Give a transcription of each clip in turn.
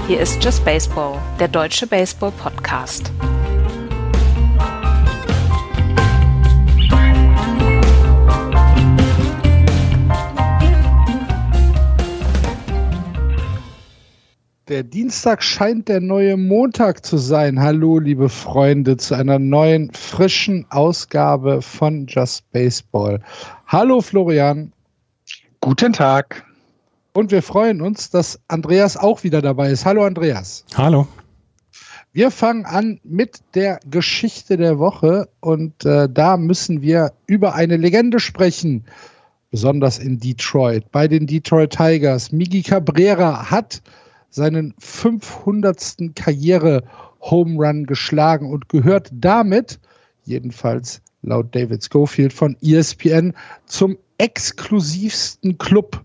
Hier ist Just Baseball, der deutsche Baseball-Podcast. Der Dienstag scheint der neue Montag zu sein. Hallo, liebe Freunde, zu einer neuen, frischen Ausgabe von Just Baseball. Hallo, Florian. Guten Tag. Und wir freuen uns, dass Andreas auch wieder dabei ist. Hallo, Andreas. Hallo. Wir fangen an mit der Geschichte der Woche und da müssen wir über eine Legende sprechen, besonders in Detroit. Bei den Detroit Tigers. Miggy Cabrera hat seinen 500. Karriere-Home-Run geschlagen und gehört damit, jedenfalls laut David Schofield von ESPN, zum exklusivsten Club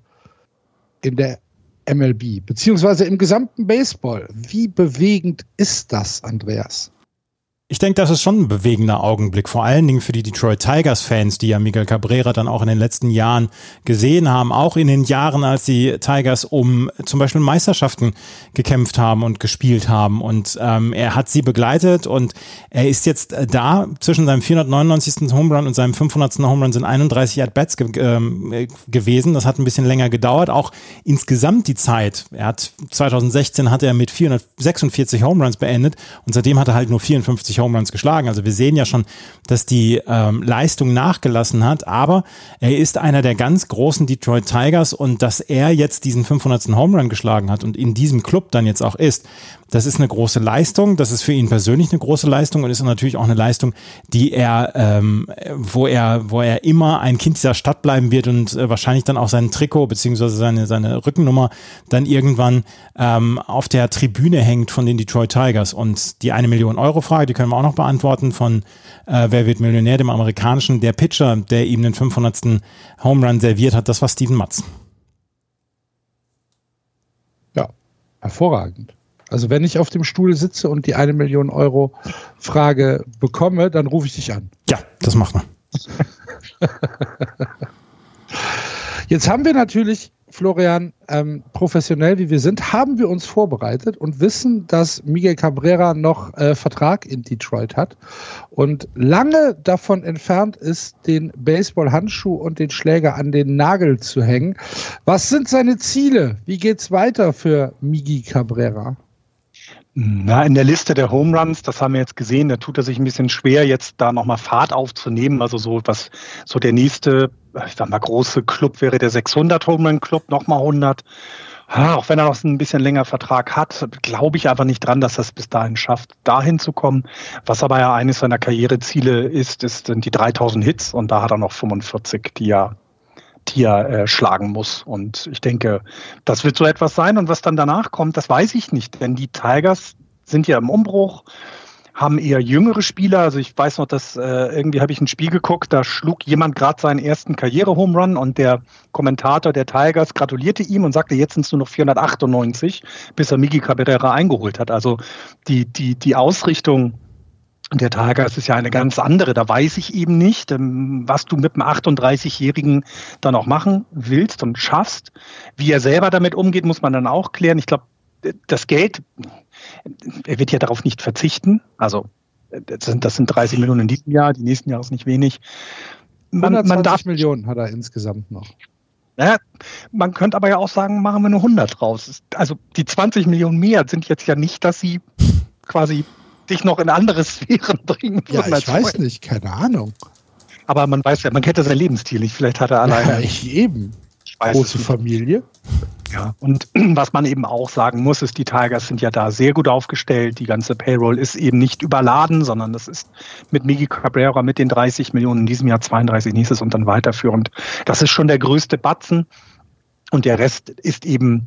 in der MLB, beziehungsweise im gesamten Baseball. Wie bewegend ist das, Andreas? Ich denke, das ist schon ein bewegender Augenblick, vor allen Dingen für die Detroit Tigers-Fans, die ja Miguel Cabrera dann auch in den letzten Jahren gesehen haben, auch in den Jahren, als die Tigers um zum Beispiel Meisterschaften gekämpft haben und gespielt haben. Und er hat sie begleitet und er ist jetzt da. Zwischen seinem 499. Home Run und seinem 500. Home Run sind 31 At-Bats gewesen. Das hat ein bisschen länger gedauert. Auch insgesamt die Zeit. 2016 hat er mit 446 Home Runs beendet und seitdem hat er halt nur 54 Home Runs geschlagen. Also wir sehen ja schon, dass die Leistung nachgelassen hat, aber er ist einer der ganz großen Detroit Tigers und dass er jetzt diesen 500. Home Run geschlagen hat und in diesem Club dann jetzt auch ist, das ist eine große Leistung, das ist für ihn persönlich eine große Leistung und ist natürlich auch eine Leistung, die er, wo er immer ein Kind dieser Stadt bleiben wird und wahrscheinlich dann auch sein Trikot beziehungsweise seine Rückennummer dann irgendwann auf der Tribüne hängt von den Detroit Tigers. Und die 1 Million Euro Frage, die können wir auch noch beantworten von Wer wird Millionär, dem amerikanischen, der Pitcher, der ihm den 500. Home Run serviert hat, das war Steven Matz. Ja, hervorragend. Also wenn ich auf dem Stuhl sitze und die 1 Million Euro Frage bekomme, dann rufe ich dich an. Ja, das macht man. Jetzt haben wir natürlich, Florian, professionell wie wir sind, haben wir uns vorbereitet und wissen, dass Miguel Cabrera noch Vertrag in Detroit hat und lange davon entfernt ist, den Baseball-Handschuh und den Schläger an den Nagel zu hängen. Was sind seine Ziele? Wie geht's weiter für Miggy Cabrera? Na, in der Liste der Home Runs, das haben wir jetzt gesehen, da tut er sich ein bisschen schwer, jetzt da nochmal Fahrt aufzunehmen. Also so der nächste, ich sag mal, große Club wäre der 600 Home Run Club, nochmal 100. Auch wenn er noch ein bisschen länger Vertrag hat, glaube ich einfach nicht dran, dass er es bis dahin schafft, dahin zu kommen. Was aber ja eines seiner Karriereziele sind die 3000 Hits und da hat er noch 45, die er schlagen muss. Und ich denke, das wird so etwas sein. Und was dann danach kommt, das weiß ich nicht. Denn die Tigers sind ja im Umbruch, haben eher jüngere Spieler. Also ich weiß noch, dass irgendwie habe ich ein Spiel geguckt, da schlug jemand gerade seinen ersten Karriere-Home-Run und der Kommentator der Tigers gratulierte ihm und sagte, jetzt sind es nur noch 498, bis er Miggy Cabrera eingeholt hat. Also die Ausrichtung der Tigers ist ja eine ganz andere. Da weiß ich eben nicht, was du mit einem 38-Jährigen dann auch machen willst und schaffst. Wie er selber damit umgeht, muss man dann auch klären. Ich glaube, das Geld, er wird ja darauf nicht verzichten. Also das sind 30 Millionen in diesem Jahr, die nächsten Jahre ist nicht wenig. 120 Millionen hat er insgesamt noch. Ja, man könnte aber ja auch sagen, machen wir nur 100 draus. Also die 20 Millionen mehr sind jetzt ja nicht, dass sie quasi dich noch in andere Sphären bringen. Ja, ich weiß nicht, keine Ahnung. Aber man weiß ja, man kennt ja sein Lebensstil nicht. Vielleicht hat er alleine. Ja, ich eben. Große Familie. Ja, und was man eben auch sagen muss, ist, die Tigers sind ja da sehr gut aufgestellt. Die ganze Payroll ist eben nicht überladen, sondern das ist mit Miggy Cabrera mit den 30 Millionen in diesem Jahr 32 nächstes und dann weiterführend. Das ist schon der größte Batzen. Und der Rest ist eben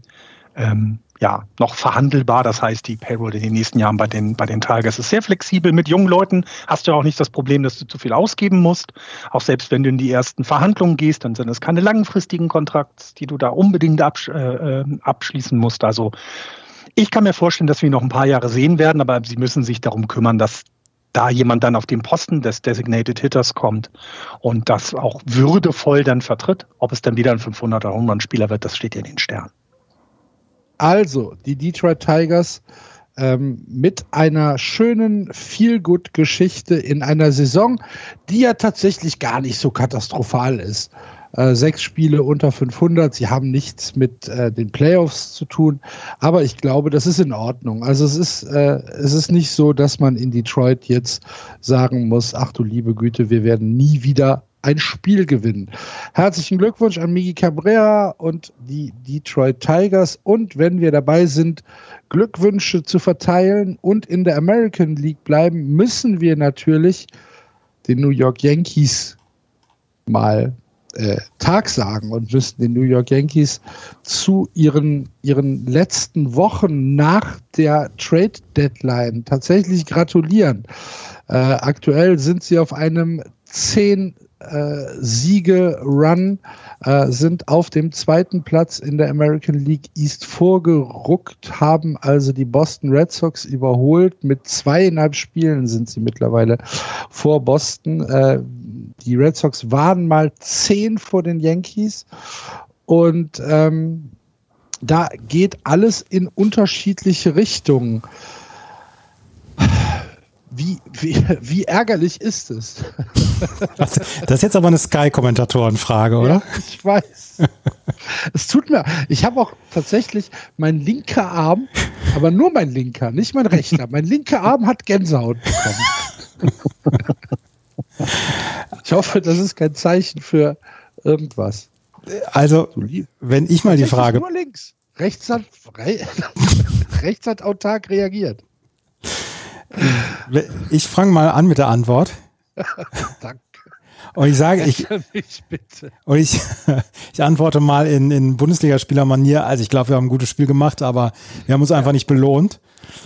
noch verhandelbar. Das heißt, die Payroll in den nächsten Jahren bei den Tigers ist sehr flexibel. Mit jungen Leuten hast du auch nicht das Problem, dass du zu viel ausgeben musst. Auch selbst wenn du in die ersten Verhandlungen gehst, dann sind es keine langfristigen Kontrakte, die du da unbedingt abschließen musst. Also ich kann mir vorstellen, dass wir noch ein paar Jahre sehen werden, aber sie müssen sich darum kümmern, dass da jemand dann auf den Posten des Designated Hitters kommt und das auch würdevoll dann vertritt. Ob es dann wieder ein 500er Home-Run-Spieler wird, das steht ja in den Sternen. Also, die Detroit Tigers mit einer schönen Feel-Good-Geschichte in einer Saison, die ja tatsächlich gar nicht so katastrophal ist. 6 Spiele unter 500, sie haben nichts mit den Playoffs zu tun, aber ich glaube, das ist in Ordnung. Also es ist nicht so, dass man in Detroit jetzt sagen muss, ach du liebe Güte, wir werden nie wieder ein Spiel gewinnen. Herzlichen Glückwunsch an Miguel Cabrera und die Detroit Tigers. Und wenn wir dabei sind, Glückwünsche zu verteilen und in der American League bleiben, müssen wir natürlich den New York Yankees mal Tag sagen und müssen den New York Yankees zu ihren letzten Wochen nach der Trade Deadline tatsächlich gratulieren. Aktuell sind sie auf einem 10 Siege-Run, sind auf dem 2. Platz in der American League East vorgeruckt, haben also die Boston Red Sox überholt. Mit 2,5 Spielen sind sie mittlerweile vor Boston. Die Red Sox waren mal 10 vor den Yankees und da geht alles in unterschiedliche Richtungen. Wie ärgerlich ist es? Das ist jetzt aber eine Sky-Kommentatorenfrage, oder? Ja, ich weiß. Es tut mir. Ich habe auch tatsächlich mein linker Arm, aber nur mein linker, nicht mein rechter. Mein linker Arm hat Gänsehaut bekommen. Ich hoffe, das ist kein Zeichen für irgendwas. Also, wenn ich mal die Frage. Nur links. Rechts hat autark reagiert. Ich fange mal an mit der Antwort. Danke. Und ich sage, ich antworte mal in Bundesligaspielermanier. Also ich glaube, wir haben ein gutes Spiel gemacht, aber wir haben uns einfach nicht belohnt.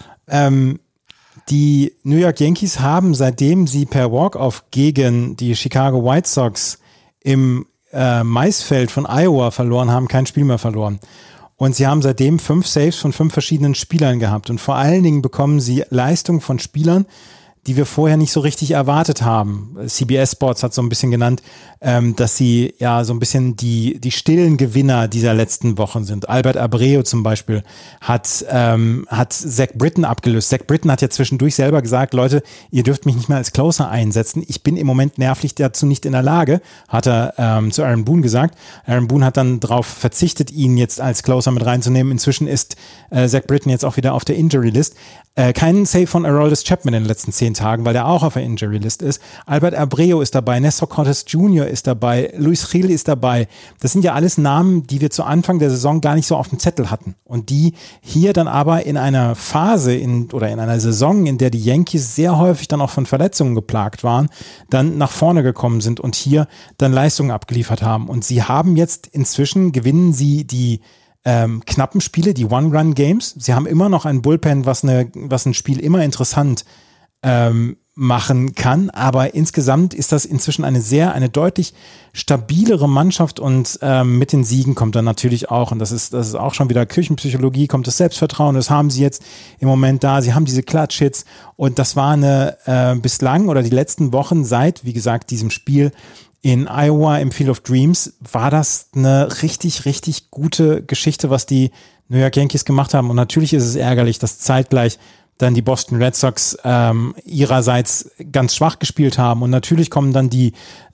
Die New York Yankees haben, seitdem sie per Walk-Off gegen die Chicago White Sox im Maisfeld von Iowa verloren haben, kein Spiel mehr verloren. Und sie haben seitdem 5 Saves von 5 verschiedenen Spielern gehabt. Und vor allen Dingen bekommen sie Leistung von Spielern, die wir vorher nicht so richtig erwartet haben. CBS Sports hat so ein bisschen genannt, dass sie ja so ein bisschen die stillen Gewinner dieser letzten Wochen sind. Albert Abreu zum Beispiel hat Zach Britton abgelöst. Zach Britton hat ja zwischendurch selber gesagt, Leute, ihr dürft mich nicht mehr als Closer einsetzen. Ich bin im Moment nervlich dazu nicht in der Lage, hat er zu Aaron Boone gesagt. Aaron Boone hat dann darauf verzichtet, ihn jetzt als Closer mit reinzunehmen. Inzwischen ist Zach Britton jetzt auch wieder auf der Injury List. Kein Save von Aroldis Chapman in den letzten 10 Tagen, weil der auch auf der Injury List ist. Albert Abreu ist dabei, Nestor Cortes Jr. ist dabei, Luis Gil ist dabei. Das sind ja alles Namen, die wir zu Anfang der Saison gar nicht so auf dem Zettel hatten. Und die hier dann aber in einer Phase oder in einer Saison, in der die Yankees sehr häufig dann auch von Verletzungen geplagt waren, dann nach vorne gekommen sind und hier dann Leistungen abgeliefert haben. Und sie haben jetzt inzwischen, gewinnen sie die knappen Spiele, die One-Run-Games. Sie haben immer noch ein Bullpen, was ein Spiel immer interessant machen kann, aber insgesamt ist das inzwischen eine deutlich stabilere Mannschaft und mit den Siegen kommt dann natürlich auch, und das ist auch schon wieder Küchenpsychologie, kommt das Selbstvertrauen, das haben sie jetzt im Moment da, sie haben diese Clutch-Hits und das war bislang oder die letzten Wochen seit, wie gesagt, diesem Spiel in Iowa im Field of Dreams war das eine richtig, richtig gute Geschichte, was die New York Yankees gemacht haben. Und natürlich ist es ärgerlich, dass zeitgleich dann die Boston Red Sox ihrerseits ganz schwach gespielt haben. Und natürlich kommen dann die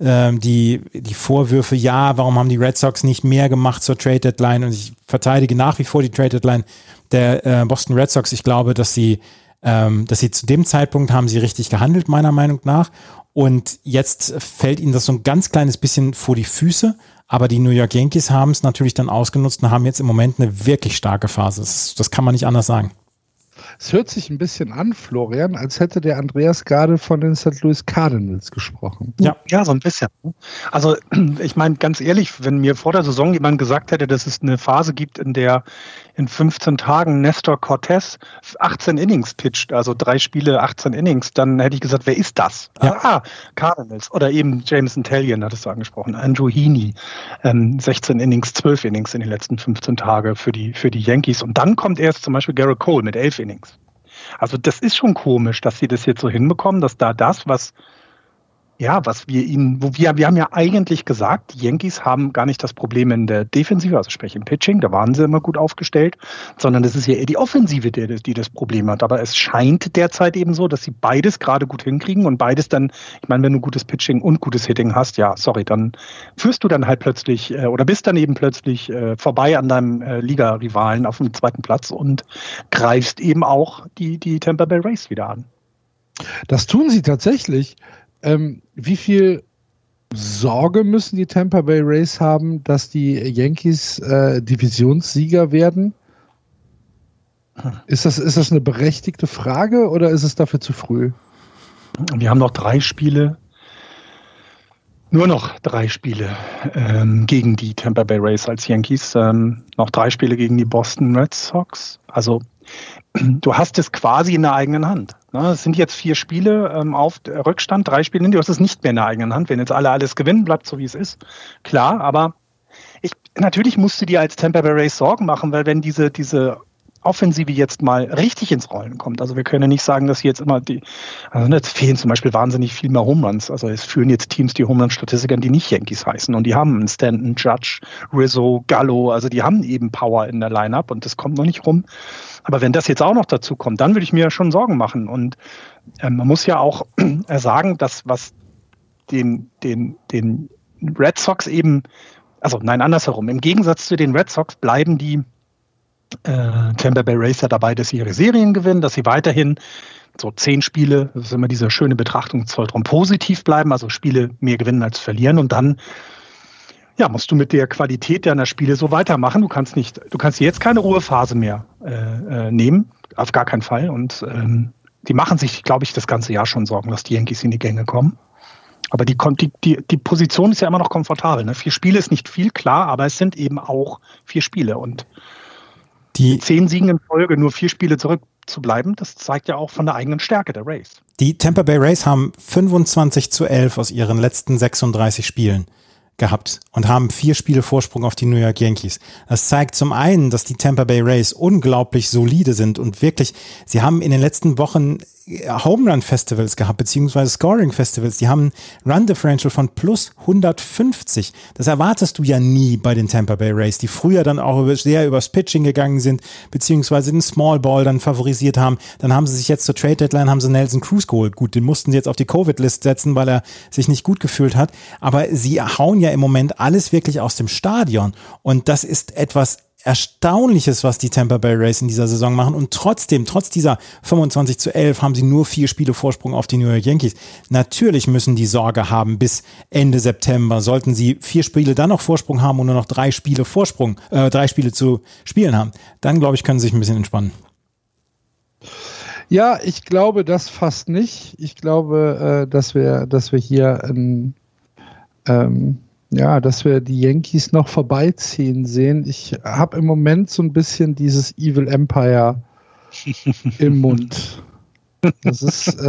Vorwürfe, ja, warum haben die Red Sox nicht mehr gemacht zur Trade Deadline? Und ich verteidige nach wie vor die Trade Deadline der Boston Red Sox. Ich glaube, dass sie zu dem Zeitpunkt haben sie richtig gehandelt, meiner Meinung nach. Und jetzt fällt ihnen das so ein ganz kleines bisschen vor die Füße. Aber die New York Yankees haben es natürlich dann ausgenutzt und haben jetzt im Moment eine wirklich starke Phase. Das kann man nicht anders sagen. Es hört sich ein bisschen an, Florian, als hätte der Andreas gerade von den St. Louis Cardinals gesprochen. Ja, so ein bisschen. Also ich meine, ganz ehrlich, wenn mir vor der Saison jemand gesagt hätte, dass es eine Phase gibt, in der in 15 Tagen Nestor Cortes 18 Innings pitcht, also 3 Spiele, 18 Innings, dann hätte ich gesagt, wer ist das? Ja. Cardinals. Oder eben Jameson Taillon, hattest du angesprochen, Andrew Heaney, 16 Innings, 12 Innings in den letzten 15 Tagen für die Yankees. Und dann kommt erst zum Beispiel Garrett Cole mit 11 Innings. Also das ist schon komisch, dass sie das jetzt so hinbekommen, dass da das, was Ja, wir haben ja eigentlich gesagt, die Yankees haben gar nicht das Problem in der Defensive, also sprich im Pitching, da waren sie immer gut aufgestellt, sondern es ist ja eher die Offensive, die das Problem hat. Aber es scheint derzeit eben so, dass sie beides gerade gut hinkriegen und beides dann, ich meine, wenn du gutes Pitching und gutes Hitting hast, ja, sorry, dann führst du dann halt plötzlich oder bist dann eben plötzlich vorbei an deinem Liga-Rivalen auf dem zweiten Platz und greifst eben auch die Tampa Bay Rays wieder an. Das tun sie tatsächlich. Wie viel Sorge müssen die Tampa Bay Rays haben, dass die Yankees Divisionssieger werden? Ist das eine berechtigte Frage oder ist es dafür zu früh? Wir haben noch 3 Spiele. Nur noch 3 Spiele gegen die Tampa Bay Rays als Yankees. Noch 3 Spiele gegen die Boston Red Sox. Also du hast es quasi in der eigenen Hand. Es sind jetzt 4 Spiele auf Rückstand, 3 Spiele, du hast es nicht mehr in der eigenen Hand. Wenn jetzt alle alles gewinnen, bleibt so wie es ist. Klar, aber natürlich musst du dir als Tampa Bay Rays Sorgen machen, weil wenn diese Offensive jetzt mal richtig ins Rollen kommt. Also wir können ja nicht sagen, dass jetzt immer jetzt fehlen zum Beispiel wahnsinnig viel mehr Home Runs. Also es führen jetzt Teams die Home Run-Statistik an, die nicht Yankees heißen. Und die haben einen Stanton, Judge, Rizzo, Gallo. Also die haben eben Power in der Lineup und das kommt noch nicht rum. Aber wenn das jetzt auch noch dazu kommt, dann würde ich mir schon Sorgen machen. Und man muss ja auch sagen, dass was den Red Sox eben, also nein, andersherum. Im Gegensatz zu den Red Sox bleiben die Tampa Bay Rays ja dabei, dass sie ihre Serien gewinnen, dass sie weiterhin so 10 Spiele, das ist immer diese schöne Betrachtungszoll drum, positiv bleiben, also Spiele mehr gewinnen als verlieren und dann musst du mit der Qualität deiner Spiele so weitermachen. Du kannst dir jetzt keine Ruhephase mehr nehmen, auf gar keinen Fall und die machen sich, glaube ich, das ganze Jahr schon Sorgen, dass die Yankees in die Gänge kommen. Aber die Position ist ja immer noch komfortabel. Ne? 4 Spiele ist nicht viel, klar, aber es sind eben auch 4 Spiele und die 10 Siegen in Folge, nur 4 Spiele zurückzubleiben, das zeigt ja auch von der eigenen Stärke der Rays. Die Tampa Bay Rays haben 25-11 aus ihren letzten 36 Spielen gehabt und haben 4 Spiele Vorsprung auf die New York Yankees. Das zeigt zum einen, dass die Tampa Bay Rays unglaublich solide sind und wirklich, sie haben in den letzten Wochen Home Run Festivals gehabt, beziehungsweise Scoring Festivals. Die haben ein Run Differential von plus 150. Das erwartest du ja nie bei den Tampa Bay Rays, die früher dann auch sehr übers Pitching gegangen sind, beziehungsweise den Small Ball dann favorisiert haben. Dann haben sie sich jetzt zur Trade Deadline, haben sie Nelson Cruz geholt. Gut, den mussten sie jetzt auf die Covid-List setzen, weil er sich nicht gut gefühlt hat. Aber sie hauen ja im Moment alles wirklich aus dem Stadion. Und das ist etwas Erstaunliches, was die Tampa Bay Rays in dieser Saison machen und trotz dieser 25-11 haben sie nur 4 Spiele Vorsprung auf die New York Yankees. Natürlich müssen die Sorge haben bis Ende September. Sollten sie 4 Spiele dann noch Vorsprung haben und nur noch 3 Spiele zu spielen haben, dann glaube ich, können sie sich ein bisschen entspannen. Ja, ich glaube das fast nicht. Ich glaube, dass wir hier dass wir die Yankees noch vorbeiziehen sehen. Ich habe im Moment so ein bisschen dieses Evil Empire im Mund. Das ist, ich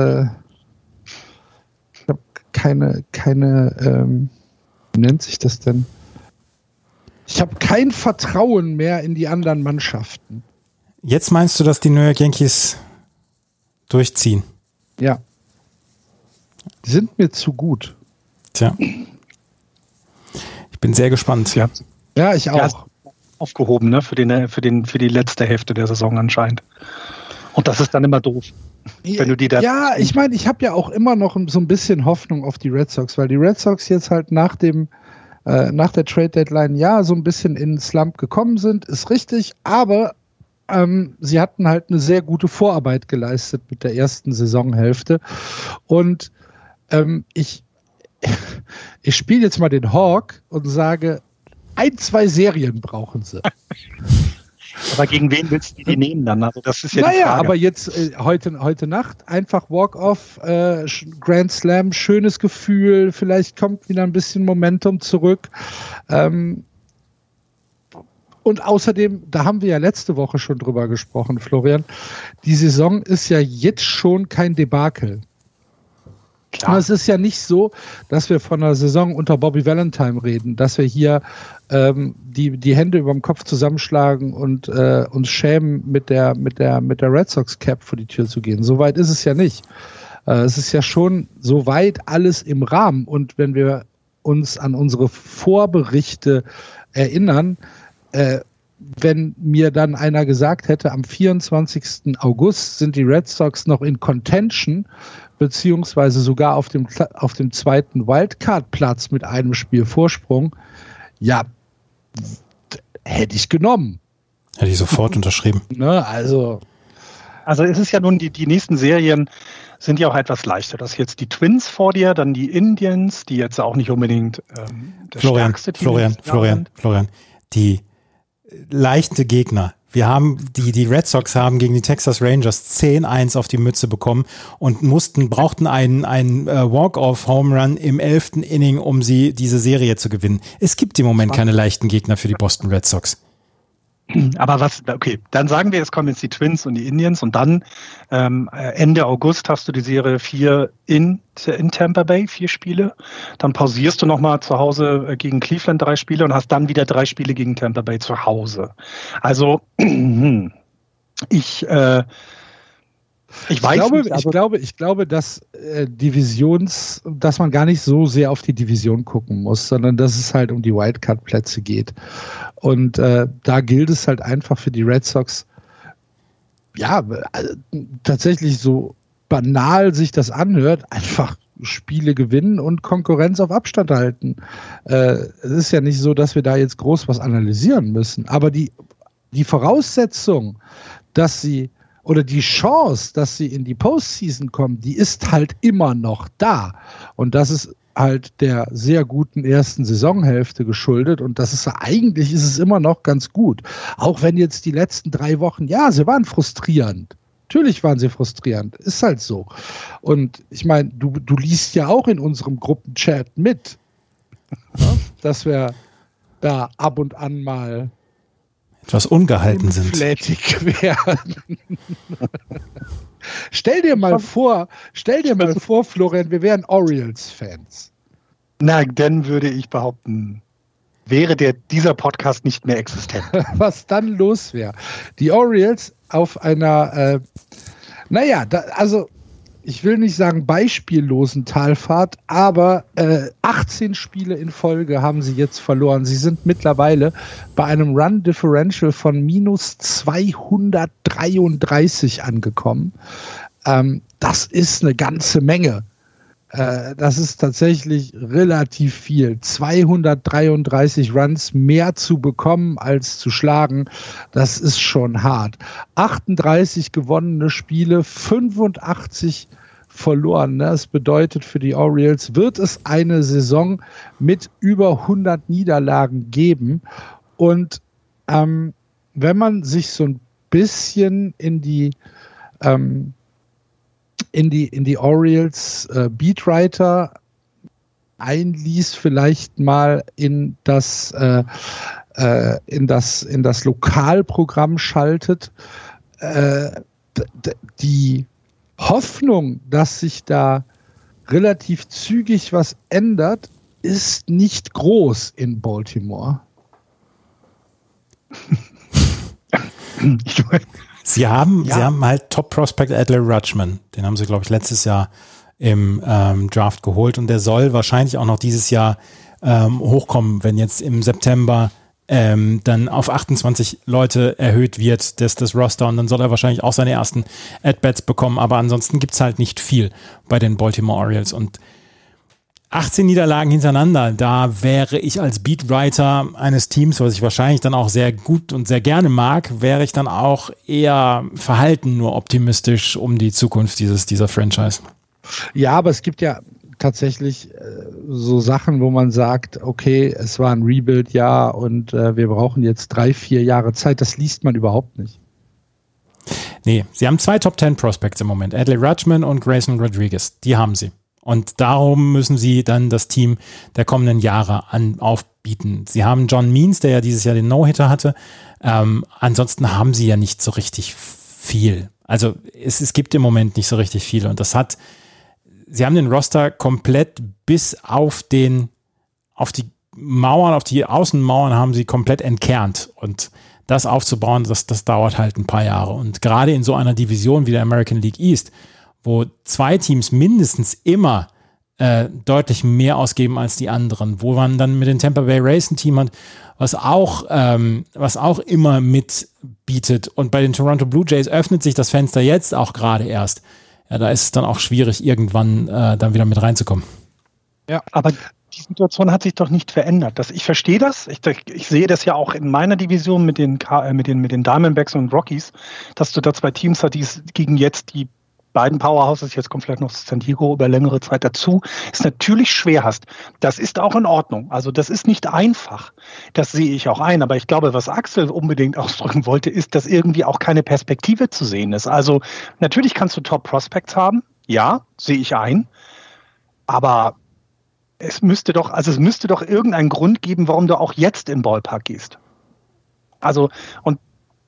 habe keine, wie nennt sich das denn? Ich habe kein Vertrauen mehr in die anderen Mannschaften. Jetzt meinst du, dass die New York Yankees durchziehen? Ja. Die sind mir zu gut. Tja. Ich bin sehr gespannt. Ja, ich auch. Ja, aufgehoben, ne? Für die letzte Hälfte der Saison anscheinend. Und das ist dann immer doof. Wenn du die da ich meine, ich habe ja auch immer noch so ein bisschen Hoffnung auf die Red Sox, weil die Red Sox jetzt halt nach der Trade Deadline so ein bisschen in den Slump gekommen sind, ist richtig, aber sie hatten halt eine sehr gute Vorarbeit geleistet mit der ersten Saisonhälfte und ich spiele jetzt mal den Hawk und sage, 1-2 Serien brauchen sie. Aber gegen wen willst du die nehmen dann? Also das ist ja die Frage. Aber jetzt heute Nacht einfach Walk-Off, Grand Slam, schönes Gefühl, vielleicht kommt wieder ein bisschen Momentum zurück. Und außerdem, da haben wir ja letzte Woche schon drüber gesprochen, Florian, die Saison ist ja jetzt schon kein Debakel. Klar. Es ist ja nicht so, dass wir von einer Saison unter Bobby Valentine reden, dass wir hier die Hände über dem Kopf zusammenschlagen und uns schämen, mit der Red Sox Cap vor die Tür zu gehen. So weit ist es ja nicht. Es ist ja schon soweit alles im Rahmen. Und wenn wir uns an unsere Vorberichte erinnern, wenn mir dann einer gesagt hätte, am 24. August sind die Red Sox noch in Contention, beziehungsweise sogar auf dem zweiten Wildcard-Platz mit einem Spiel Vorsprung, ja, hätte ich genommen. Hätte ich sofort unterschrieben. Ne, also es ist ja nun, die nächsten Serien sind ja auch etwas leichter. Das ist jetzt die Twins vor dir, dann die Indians, die jetzt auch nicht unbedingt das stärkste Team sind. Florian, die leichte Gegner. Wir haben, die Red Sox haben gegen die Texas Rangers 10-1 auf die Mütze bekommen und brauchten einen Walk-Off-Home-Run im 11. Inning, um diese Serie zu gewinnen. Es gibt im Moment keine leichten Gegner für die Boston Red Sox. Aber dann sagen wir, es kommen jetzt die Twins und die Indians und dann Ende August hast du die Serie 4 in Tampa Bay, 4 Spiele. Dann pausierst du nochmal zu Hause gegen Cleveland 3 Spiele und hast dann wieder 3 Spiele gegen Tampa Bay zu Hause. Also ich glaube, dass dass man gar nicht so sehr auf die Division gucken muss, sondern dass es halt um die Wildcard-Plätze geht. Und da gilt es halt einfach für die Red Sox, ja, tatsächlich so banal sich das anhört, einfach Spiele gewinnen und Konkurrenz auf Abstand halten. Es ist ja nicht so, dass wir da jetzt groß was analysieren müssen, aber die Voraussetzung, dass sie oder die Chance, dass sie in die Postseason kommen, die ist halt immer noch da. Und das ist halt der sehr guten ersten Saisonhälfte geschuldet. Und eigentlich ist es immer noch ganz gut. Auch wenn jetzt die letzten 3 Wochen, ja, sie waren frustrierend. Natürlich waren sie frustrierend. Ist halt so. Und ich meine, du liest ja auch in unserem Gruppenchat mit, ja, dass wir da ab und an mal etwas ungehalten sind. Flätig werden. Stell dir mal vor, Florian, wir wären Orioles-Fans. Na, dann würde ich behaupten, wäre dieser Podcast nicht mehr existent. Was dann los wäre. Die Orioles auf einer, ich will nicht sagen beispiellosen Talfahrt, aber 18 Spiele in Folge haben sie jetzt verloren. Sie sind mittlerweile bei einem Run-Differential von minus 233 angekommen. Das ist eine ganze Menge. Das ist tatsächlich relativ viel. 233 Runs mehr zu bekommen als zu schlagen, das ist schon hart. 38 gewonnene Spiele, 85 verloren. Das bedeutet, für die Orioles wird es eine Saison mit über 100 Niederlagen geben. Und wenn man sich so ein bisschen in die Orioles Beatwriter einließ, vielleicht mal in das Lokalprogramm schaltet, die Hoffnung, dass sich da relativ zügig was ändert, ist nicht groß in Baltimore. Sie haben halt Top-Prospect Adley Rutschman. Den haben sie, glaube ich, letztes Jahr im Draft geholt. Und der soll wahrscheinlich auch noch dieses Jahr hochkommen, wenn jetzt im September dann auf 28 Leute erhöht wird, das Roster. Und dann soll er wahrscheinlich auch seine ersten At-Bats bekommen. Aber ansonsten gibt es halt nicht viel bei den Baltimore Orioles. Und 18 Niederlagen hintereinander, da wäre ich als Beatwriter eines Teams, was ich wahrscheinlich dann auch sehr gut und sehr gerne mag, wäre ich dann auch eher verhalten nur optimistisch um die Zukunft dieser Franchise. Ja, aber es gibt ja tatsächlich so Sachen, wo man sagt, okay, es war ein Rebuild-Jahr und wir brauchen jetzt 3-4 Jahre Zeit. Das liest man überhaupt nicht. Nee, sie haben 2 Top-10 Prospects im Moment, Adley Rutschman und Grayson Rodriguez. Die haben sie. Und darum müssen sie dann das Team der kommenden Jahre aufbieten. Sie haben John Means, der ja dieses Jahr den No-Hitter hatte. Ansonsten haben sie ja nicht so richtig viel. Also es gibt im Moment nicht so richtig viel. Und sie haben den Roster komplett bis auf die Mauern, auf die Außenmauern haben sie komplett entkernt. Und das aufzubauen, das dauert halt ein paar Jahre. Und gerade in so einer Division wie der American League East, wo zwei Teams mindestens immer deutlich mehr ausgeben als die anderen, wo man dann mit den Tampa Bay Rays ein Team hat, was auch immer mitbietet. Und bei den Toronto Blue Jays öffnet sich das Fenster jetzt auch gerade erst. Ja, da ist es dann auch schwierig, irgendwann dann wieder mit reinzukommen. Ja, aber die Situation hat sich doch nicht verändert. Ich verstehe das. Ich sehe das ja auch in meiner Division mit den Diamondbacks und Rockies, dass du da zwei Teams hast, die gegen jetzt die beiden Powerhouses, jetzt kommt vielleicht noch San Diego über längere Zeit dazu, es natürlich schwer hast. Das ist auch in Ordnung. Also das ist nicht einfach. Das sehe ich auch ein. Aber ich glaube, was Axel unbedingt ausdrücken wollte, ist, dass irgendwie auch keine Perspektive zu sehen ist. Also natürlich kannst du Top Prospects haben. Ja, sehe ich ein. Aber es müsste doch irgendeinen Grund geben, warum du auch jetzt in den Ballpark gehst. Also, und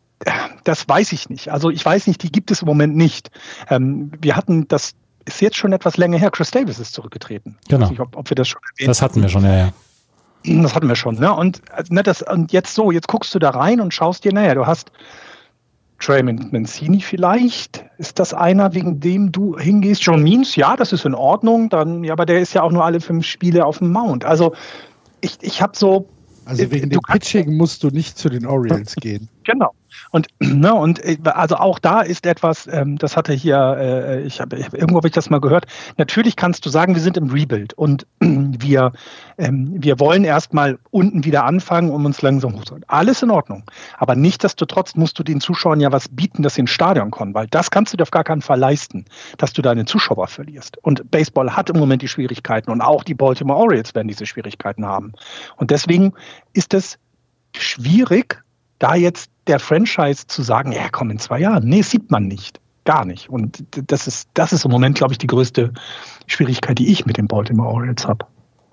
das weiß ich nicht. Also ich weiß nicht, die gibt es im Moment nicht. Wir hatten, das ist jetzt schon etwas länger her, Chris Davis ist zurückgetreten. Genau. Ich weiß nicht, ob wir das schon erwähnt haben. Das hatten wir schon, ja. Das hatten wir schon, ne? Und jetzt guckst du da rein und schaust dir, du hast Trey Mancini vielleicht. Ist das einer, wegen dem du hingehst? John Means, ja, das ist in Ordnung. Aber der ist ja auch nur alle 5 Spiele auf dem Mount. Also ich habe so... Also wegen dem Pitching musst du nicht zu den Orioles gehen. Genau. Und also auch da ist etwas, das hatte hier, irgendwo habe ich das mal gehört, natürlich kannst du sagen, wir sind im Rebuild und wir wollen erstmal unten wieder anfangen, um uns langsam hochzuholen. Alles in Ordnung. Aber nichtsdestotrotz musst du den Zuschauern ja was bieten, dass sie ins Stadion kommen, weil das kannst du dir auf gar keinen Fall leisten, dass du deine Zuschauer verlierst. Und Baseball hat im Moment die Schwierigkeiten und auch die Baltimore Orioles werden diese Schwierigkeiten haben. Und deswegen ist es schwierig, da jetzt der Franchise zu sagen, ja komm, in 2 Jahren. Nee, sieht man nicht. Gar nicht. Und das ist im Moment, glaube ich, die größte Schwierigkeit, die ich mit den Baltimore Orioles habe.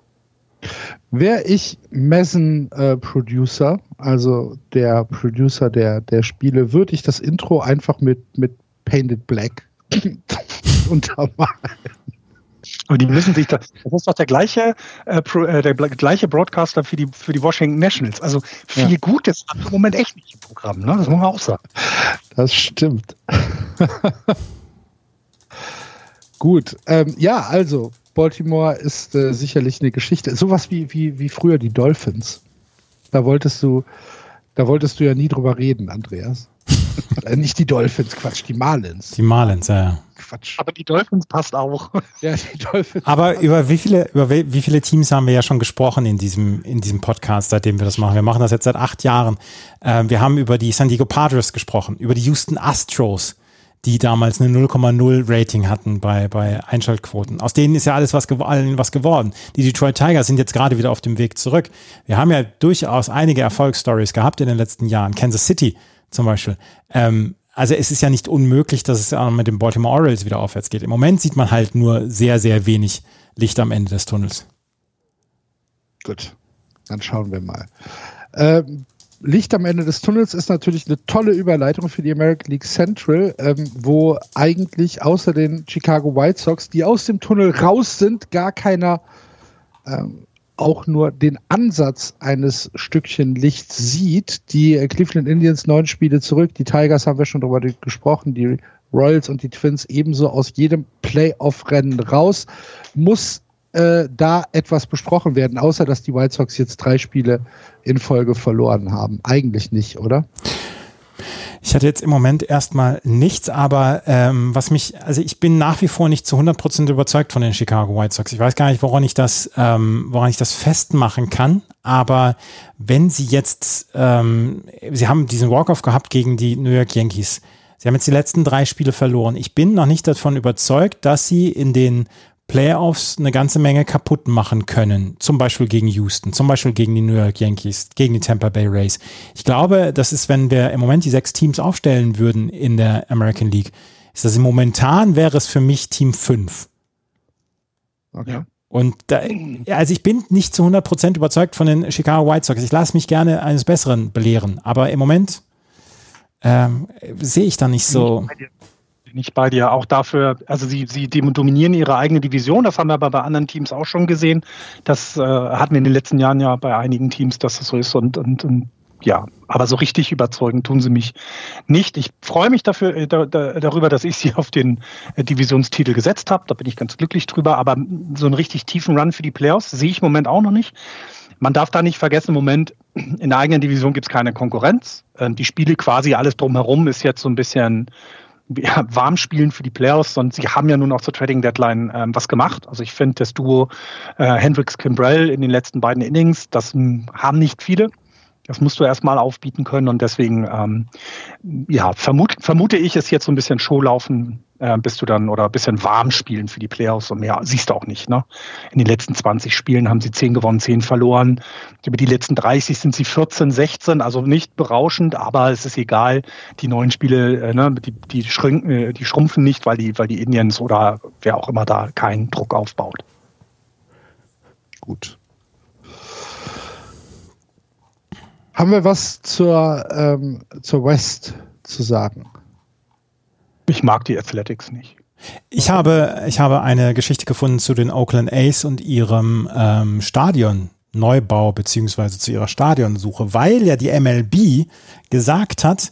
Wäre ich Messen-Producer, also der Producer der Spiele, würde ich das Intro einfach mit Painted Black untermalen. Aber die müssen sich das ist doch der gleiche Broadcaster für die Washington Nationals. Also viel Gutes hat im Moment echt nicht im Programm, ne? Das muss man auch sagen. Das stimmt. Gut, also Baltimore ist sicherlich eine Geschichte. Sowas wie früher die Dolphins. Da wolltest du ja nie drüber reden, Andreas. Nicht die Dolphins, Quatsch, die Marlins. Die Marlins, ja. Quatsch. Aber die Dolphins passt auch. Ja, die Dolphins. Aber über wie viele Teams haben wir ja schon gesprochen in diesem Podcast, seitdem wir das machen? Wir machen das jetzt seit 8 Jahren. Wir haben über die San Diego Padres gesprochen, über die Houston Astros, die damals eine 0,0 Rating hatten bei Einschaltquoten. Aus denen ist ja alles was geworden. Die Detroit Tigers sind jetzt gerade wieder auf dem Weg zurück. Wir haben ja durchaus einige Erfolgsstories gehabt in den letzten Jahren. Kansas City zum Beispiel. Also es ist ja nicht unmöglich, dass es auch mit den Baltimore Orioles wieder aufwärts geht. Im Moment sieht man halt nur sehr, sehr wenig Licht am Ende des Tunnels. Gut, dann schauen wir mal. Licht am Ende des Tunnels ist natürlich eine tolle Überleitung für die American League Central, wo eigentlich außer den Chicago White Sox, die aus dem Tunnel raus sind, gar keiner auch nur den Ansatz eines Stückchen Licht sieht. Die Cleveland Indians 9 Spiele zurück, die Tigers haben wir schon darüber gesprochen, die Royals und die Twins ebenso aus jedem Playoff-Rennen raus. Muss da etwas besprochen werden, außer dass die White Sox jetzt 3 Spiele in Folge verloren haben? Eigentlich nicht, oder? Ich hatte jetzt im Moment erstmal nichts, aber ich bin nach wie vor nicht zu 100% überzeugt von den Chicago White Sox. Ich weiß gar nicht, woran ich das festmachen kann, aber wenn sie jetzt, sie haben diesen Walk-Off gehabt gegen die New York Yankees. Sie haben jetzt die letzten 3 Spiele verloren. Ich bin noch nicht davon überzeugt, dass sie in den Playoffs eine ganze Menge kaputt machen können. Zum Beispiel gegen Houston, zum Beispiel gegen die New York Yankees, gegen die Tampa Bay Rays. Ich glaube, das ist, wenn wir im Moment die 6 Teams aufstellen würden in der American League, wäre es für mich Team 5. Okay. Und also ich bin nicht zu 100% überzeugt von den Chicago White Sox. Ich lasse mich gerne eines Besseren belehren. Aber im Moment sehe ich da nicht so... Nicht bei dir, auch dafür, also sie dominieren ihre eigene Division, das haben wir aber bei anderen Teams auch schon gesehen, das hatten wir in den letzten Jahren ja bei einigen Teams, dass das so ist und ja, aber so richtig überzeugen tun sie mich nicht. Ich freue mich darüber, dass ich sie auf den Divisionstitel gesetzt habe. Da bin ich ganz glücklich drüber. Aber so einen richtig tiefen Run für die Playoffs sehe ich im Moment auch noch nicht. Man darf da nicht vergessen, im Moment in der eigenen Division gibt es keine Konkurrenz. Die Spiele quasi alles drumherum ist jetzt so ein bisschen Warmspielen für die Playoffs, und sie haben ja nun auch zur Trading Deadline was gemacht. Also ich finde, das Duo Hendricks-Kimbrell in den letzten beiden Innings, das haben nicht viele. Das musst du erstmal aufbieten können, und deswegen vermute ich, ist jetzt so ein bisschen Showlaufen, bist du dann, oder ein bisschen warm spielen für die Playoffs, und mehr siehst du auch nicht. Ne? In den letzten 20 Spielen haben sie 10 gewonnen, 10 verloren. Über die letzten 30 sind sie 14, 16, also nicht berauschend, aber es ist egal. Die neuen Spiele, die schrumpfen nicht, weil die Indians oder wer auch immer da keinen Druck aufbaut. Gut. Haben wir was zur West zu sagen? Ich mag die Athletics nicht. Ich habe eine Geschichte gefunden zu den Oakland A's und ihrem Stadionneubau beziehungsweise zu ihrer Stadionsuche, weil ja die MLB gesagt hat,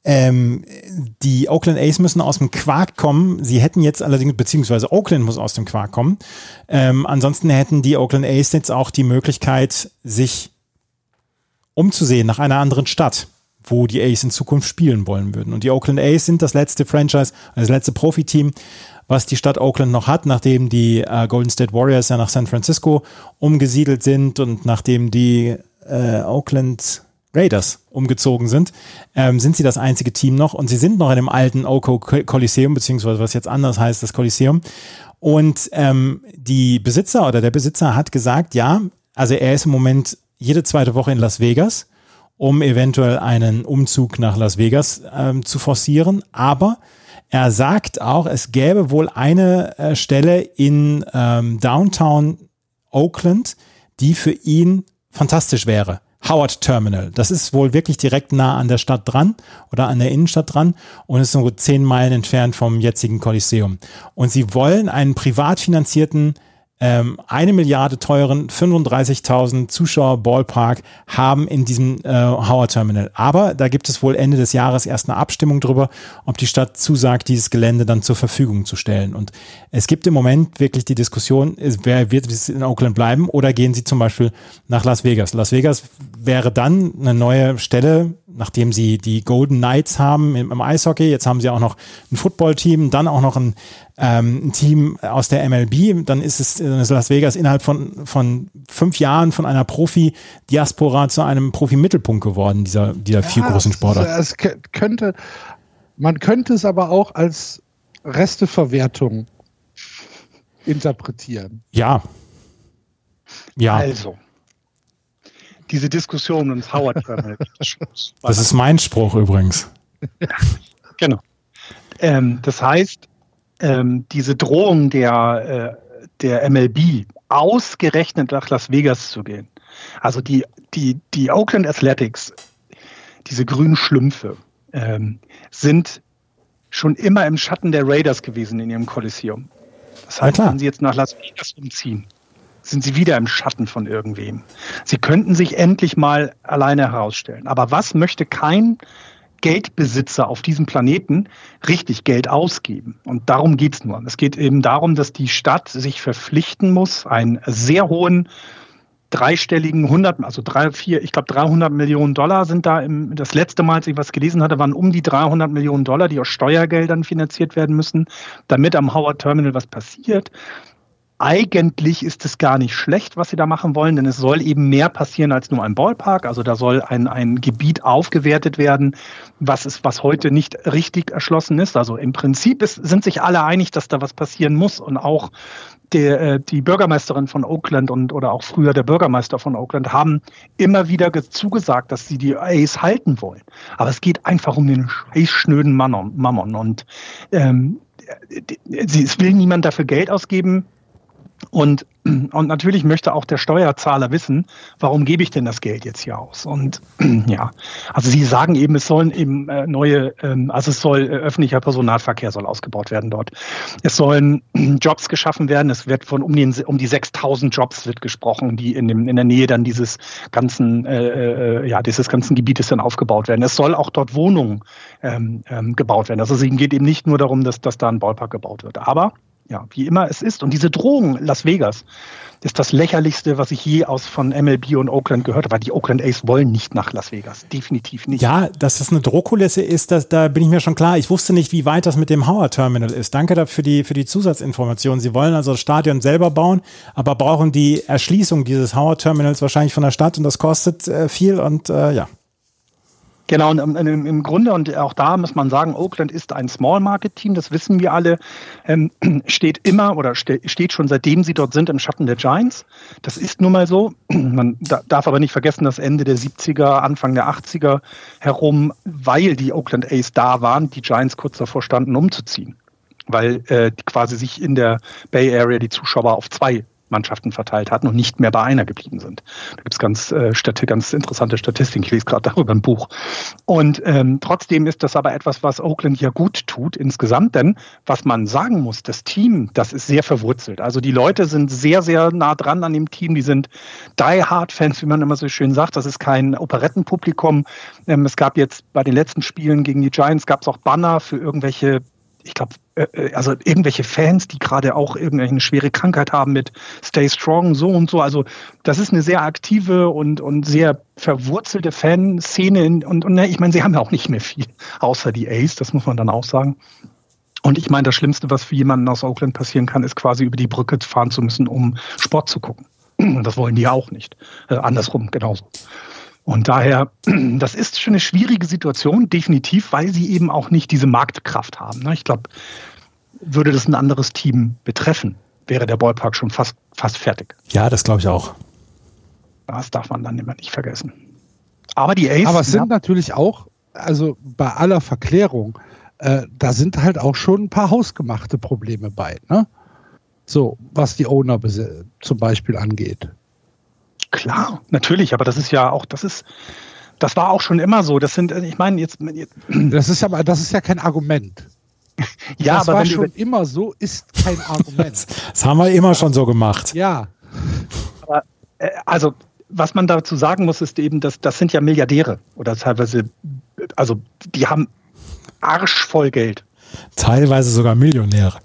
die Oakland A's müssen aus dem Quark kommen. Sie hätten jetzt allerdings, beziehungsweise Oakland muss aus dem Quark kommen. Ansonsten hätten die Oakland A's jetzt auch die Möglichkeit, sich umzusehen nach einer anderen Stadt, wo die A's in Zukunft spielen wollen würden. Und die Oakland A's sind das letzte Franchise, das letzte Profiteam, was die Stadt Oakland noch hat, nachdem die Golden State Warriors ja nach San Francisco umgesiedelt sind und nachdem die Oakland Raiders umgezogen sind, sind sie das einzige Team noch, und sie sind noch in dem alten Oco Coliseum, beziehungsweise was jetzt anders heißt, das Coliseum. Und der Besitzer hat gesagt, ja, also er ist im Moment jede zweite Woche in Las Vegas, um eventuell einen Umzug nach Las Vegas zu forcieren. Aber er sagt auch, es gäbe wohl eine Stelle in Downtown Oakland, die für ihn fantastisch wäre. Howard Terminal. Das ist wohl wirklich direkt nah an der Stadt dran oder an der Innenstadt dran und ist nur 10 Meilen entfernt vom jetzigen Coliseum. Und sie wollen einen privat finanzierten 1 Milliarde teuren 35.000 Zuschauer Ballpark haben in diesem Howard Terminal. Aber da gibt es wohl Ende des Jahres erst eine Abstimmung drüber, ob die Stadt zusagt, dieses Gelände dann zur Verfügung zu stellen. Und es gibt im Moment wirklich die Diskussion, wer wird in Oakland bleiben oder gehen sie zum Beispiel nach Las Vegas. Las Vegas wäre dann eine neue Stelle, nachdem sie die Golden Knights haben im Eishockey. Jetzt haben sie auch noch ein Footballteam, dann auch noch ein Team aus der MLB, dann ist Las Vegas innerhalb von 5 Jahren von einer Profi-Diaspora zu einem Profi-Mittelpunkt geworden, dieser 4 großen Sportarten. Man könnte es aber auch als Resteverwertung interpretieren. Ja. Also, diese Diskussion um das Howard Terminal. Das ist mein Spruch übrigens. Genau. Das heißt, diese Drohung der MLB, ausgerechnet nach Las Vegas zu gehen. Also die Oakland Athletics, diese grünen Schlümpfe, sind schon immer im Schatten der Raiders gewesen in ihrem Coliseum. Das heißt, wenn sie jetzt nach Las Vegas umziehen, sind sie wieder im Schatten von irgendwem. Sie könnten sich endlich mal alleine herausstellen. Aber was möchte kein Geldbesitzer auf diesem Planeten richtig Geld ausgeben? Und darum geht es nur. Es geht eben darum, dass die Stadt sich verpflichten muss, einen sehr hohen dreistelligen 300 Millionen Dollar sind da das letzte Mal, als ich was gelesen hatte, waren um die 300 Millionen Dollar, die aus Steuergeldern finanziert werden müssen, damit am Howard Terminal was passiert. Eigentlich ist es gar nicht schlecht, was sie da machen wollen, denn es soll eben mehr passieren als nur ein Ballpark. Also da soll ein Gebiet aufgewertet werden, was heute nicht richtig erschlossen ist. Also im Prinzip sind sich alle einig, dass da was passieren muss. Und auch die Bürgermeisterin von Oakland oder auch früher der Bürgermeister von Oakland haben immer wieder zugesagt, dass sie die A's halten wollen. Aber es geht einfach um den scheißschnöden Mammon. Und es will niemand dafür Geld ausgeben. Und Und natürlich möchte auch der Steuerzahler wissen, warum gebe ich denn das Geld jetzt hier aus? Und ja, also Sie sagen eben, es sollen eben öffentlicher Personennahverkehr soll ausgebaut werden dort. Es sollen Jobs geschaffen werden. Es wird von um die 6.000 Jobs wird gesprochen, die in der Nähe dann dieses ganzen Gebietes dann aufgebaut werden. Es soll auch dort Wohnungen gebaut werden. Also es geht eben nicht nur darum, dass da ein Ballpark gebaut wird. Aber ja, wie immer es ist. Und diese Drohung Las Vegas ist das Lächerlichste, was ich je von MLB und Oakland gehört habe. Weil die Oakland A's wollen nicht nach Las Vegas. Definitiv nicht. Ja, dass das eine Drohkulisse ist, da bin ich mir schon klar. Ich wusste nicht, wie weit das mit dem Howard Terminal ist. Danke dafür für die Zusatzinformation. Sie wollen also das Stadion selber bauen, aber brauchen die Erschließung dieses Howard Terminals wahrscheinlich von der Stadt und das kostet viel und ja. Genau, und im Grunde, und auch da muss man sagen, Oakland ist ein Small-Market-Team, das wissen wir alle, steht schon seitdem sie dort sind im Schatten der Giants. Das ist nun mal so. Man darf aber nicht vergessen, dass Ende der 70er, Anfang der 80er herum, weil die Oakland A's da waren, die Giants kurz davor standen, umzuziehen. Weil quasi sich in der Bay Area die Zuschauer auf 2 Mannschaften verteilt hatten und nicht mehr bei einer geblieben sind. Da gibt es ganz interessante Statistiken. Ich lese gerade darüber ein Buch. Und trotzdem ist das aber etwas, was Oakland ja gut tut insgesamt, denn was man sagen muss, das Team, das ist sehr verwurzelt. Also die Leute sind sehr, sehr nah dran an dem Team. Die sind Die-Hard-Fans, wie man immer so schön sagt. Das ist kein Operettenpublikum. Es gab jetzt bei den letzten Spielen gegen die Giants gab es auch Banner für irgendwelche Fans, die gerade auch irgendeine schwere Krankheit haben mit Stay Strong, so und so. Also das ist eine sehr aktive und sehr verwurzelte Fanszene. Und ich meine, sie haben ja auch nicht mehr viel, außer die A's, das muss man dann auch sagen. Und ich meine, das Schlimmste, was für jemanden aus Oakland passieren kann, ist quasi über die Brücke fahren zu müssen, um Sport zu gucken. Das wollen die ja auch nicht. Andersrum genauso. Und daher, das ist schon eine schwierige Situation, definitiv, weil sie eben auch nicht diese Marktkraft haben. Ich glaube, würde das ein anderes Team betreffen, wäre der Ballpark schon fast fertig. Ja, das glaube ich auch. Das darf man dann immer nicht vergessen. Aber die A's... Aber es sind natürlich auch, also bei aller Verklärung, da sind halt auch schon ein paar hausgemachte Probleme bei, ne? So, was die Owner zum Beispiel angeht. Klar, natürlich, aber das war auch schon immer so. Das sind, ich meine, jetzt. Das ist ja kein Argument. Ja, das aber war schon immer so, ist kein Argument. Das haben wir immer schon so gemacht. Ja. Aber, also, was man dazu sagen muss, ist eben, das sind ja Milliardäre oder teilweise, also die haben arschvoll Geld. Teilweise sogar Millionäre.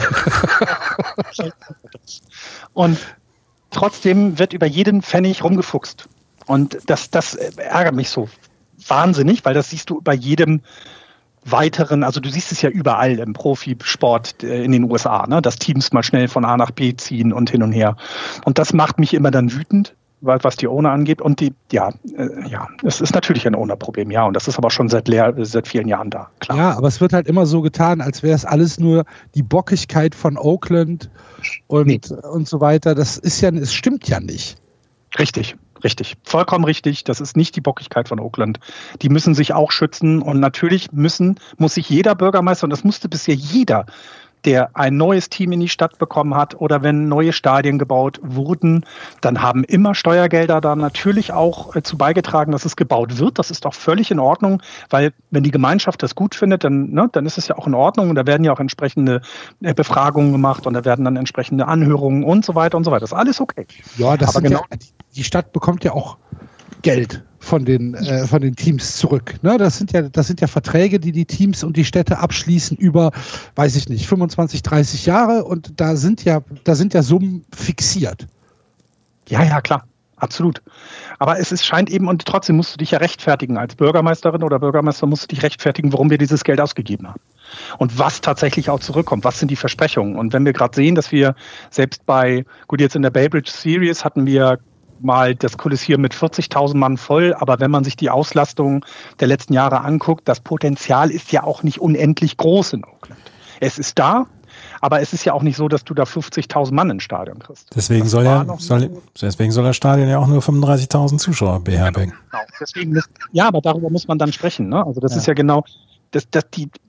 Und trotzdem wird über jeden Pfennig rumgefuchst. Und das ärgert mich so wahnsinnig, weil das siehst du bei jedem weiteren, also du siehst es ja überall im Profisport in den USA, ne, dass Teams mal schnell von A nach B ziehen und hin und her. Und das macht mich immer dann wütend, was die Owner angeht. Und es ist natürlich ein Owner-Problem, ja. Und das ist aber schon seit vielen Jahren da, klar. Ja, aber es wird halt immer so getan, als wäre es alles nur die Bockigkeit von Oakland und so weiter. Es stimmt ja nicht. Richtig. Vollkommen richtig. Das ist nicht die Bockigkeit von Oakland. Die müssen sich auch schützen. Und natürlich muss sich jeder Bürgermeister, und das musste bisher jeder, der ein neues Team in die Stadt bekommen hat oder wenn neue Stadien gebaut wurden, dann haben immer Steuergelder da natürlich auch zu beigetragen, dass es gebaut wird. Das ist auch völlig in Ordnung, weil wenn die Gemeinschaft das gut findet, dann ist es ja auch in Ordnung und da werden ja auch entsprechende Befragungen gemacht und da werden dann entsprechende Anhörungen und so weiter und so weiter. Das ist alles okay. Ja, die Stadt bekommt ja auch Geld von den Teams zurück. Ne? Das sind ja Verträge, die Teams und die Städte abschließen über, weiß ich nicht, 25, 30 Jahre und da sind ja Summen fixiert. Ja, klar. Absolut. Aber scheint eben, und trotzdem musst du dich ja rechtfertigen. Als Bürgermeisterin oder Bürgermeister musst du dich rechtfertigen, warum wir dieses Geld ausgegeben haben. Und was tatsächlich auch zurückkommt. Was sind die Versprechungen? Und wenn wir gerade sehen, dass wir selbst jetzt in der Bay Bridge Series hatten wir mal das Kolosseum mit 40.000 Mann voll, aber wenn man sich die Auslastung der letzten Jahre anguckt, das Potenzial ist ja auch nicht unendlich groß in Oakland. Es ist da, aber es ist ja auch nicht so, dass du da 50.000 Mann ins Stadion kriegst. Deswegen soll das Stadion ja auch nur 35.000 Zuschauer beherbergen. Genau. Deswegen aber darüber muss man dann sprechen. Ne? Also das ist ja genau,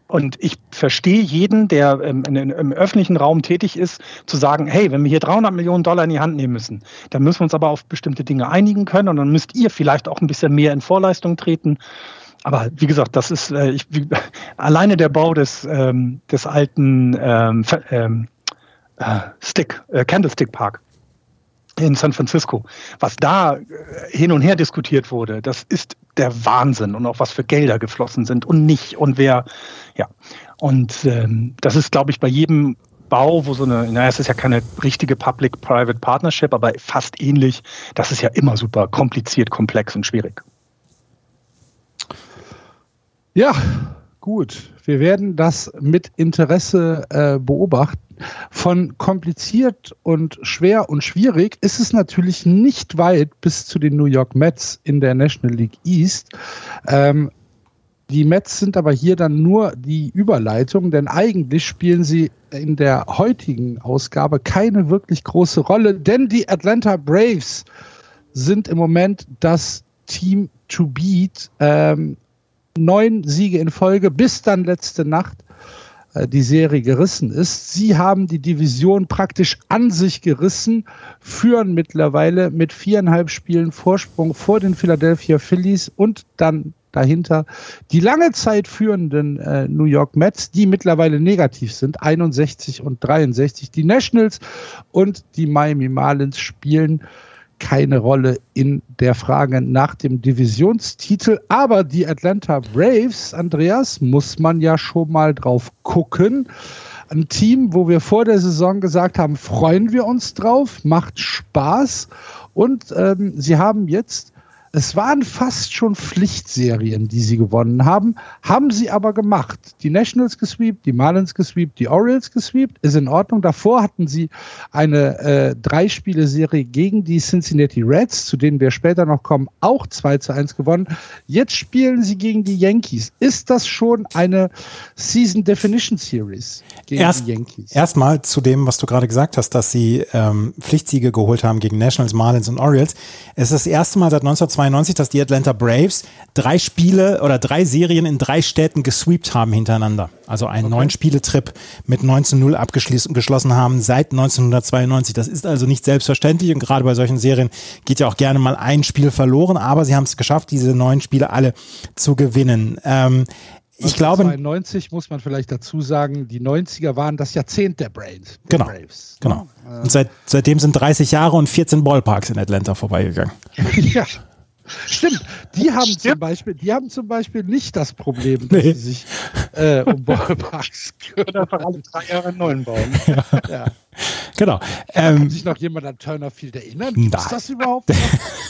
Und ich verstehe jeden, der im öffentlichen Raum tätig ist, zu sagen, hey, wenn wir hier $300 Millionen in die Hand nehmen müssen, dann müssen wir uns aber auf bestimmte Dinge einigen können und dann müsst ihr vielleicht auch ein bisschen mehr in Vorleistung treten. Aber wie gesagt, das ist alleine der Bau des alten Candlestick Park in San Francisco, was da hin und her diskutiert wurde, das ist der Wahnsinn und auch was für Gelder geflossen sind und nicht und wer, ja. Und das ist, glaube ich, bei jedem Bau, wo es ist ja keine richtige Public-Private Partnership, aber fast ähnlich, das ist ja immer super kompliziert, komplex und schwierig. Ja, gut. Wir werden das mit Interesse beobachten. Von kompliziert und schwer und schwierig ist es natürlich nicht weit bis zu den New York Mets in der National League East. Die Mets sind aber hier dann nur die Überleitung, denn eigentlich spielen sie in der heutigen Ausgabe keine wirklich große Rolle, denn die Atlanta Braves sind im Moment das Team to beat. 9 Siege in Folge, bis dann letzte Nacht die Serie gerissen ist. Sie haben die Division praktisch an sich gerissen, führen mittlerweile mit 4,5 Spielen Vorsprung vor den Philadelphia Phillies und dann dahinter die lange Zeit führenden New York Mets, die mittlerweile negativ sind, 61 und 63. Die Nationals und die Miami Marlins spielen keine Rolle in der Frage nach dem Divisionstitel. Aber die Atlanta Braves, Andreas, muss man ja schon mal drauf gucken. Ein Team, wo wir vor der Saison gesagt haben, freuen wir uns drauf, macht Spaß. Und sie haben jetzt, es waren fast schon Pflichtserien, die sie gewonnen haben sie aber gemacht. Die Nationals gesweept, die Marlins gesweept, die Orioles gesweept, ist in Ordnung. Davor hatten sie eine 3-Spiele-Serie gegen die Cincinnati Reds, zu denen wir später noch kommen, auch 2-1 gewonnen. Jetzt spielen sie gegen die Yankees. Ist das schon eine Season Definition Series gegen die Yankees? Erstmal zu dem, was du gerade gesagt hast, dass sie Pflichtsiege geholt haben gegen Nationals, Marlins und Orioles. Es ist das erste Mal seit 1992, dass die Atlanta Braves 3 Spiele oder 3 Serien in 3 Städten gesweept haben hintereinander. Also einen 9-Spiele-Trip mit 19-0 abgeschlossen haben seit 1992. Das ist also nicht selbstverständlich und gerade bei solchen Serien geht ja auch gerne mal ein Spiel verloren, aber sie haben es geschafft, diese 9 Spiele alle zu gewinnen. Ich glaube, 92 muss man vielleicht dazu sagen, die 90er waren das Jahrzehnt der Braves. Genau. Und seitdem sind 30 Jahre und 14 Ballparks in Atlanta vorbeigegangen. Ja. Stimmt, die haben zum Beispiel nicht das Problem, dass sie sich um Ballparks kümmern. Einfach alle 3 Jahre einen neuen bauen. Ja. Genau. Kann sich noch jemand an Turner Field erinnern? Gibt es das überhaupt noch?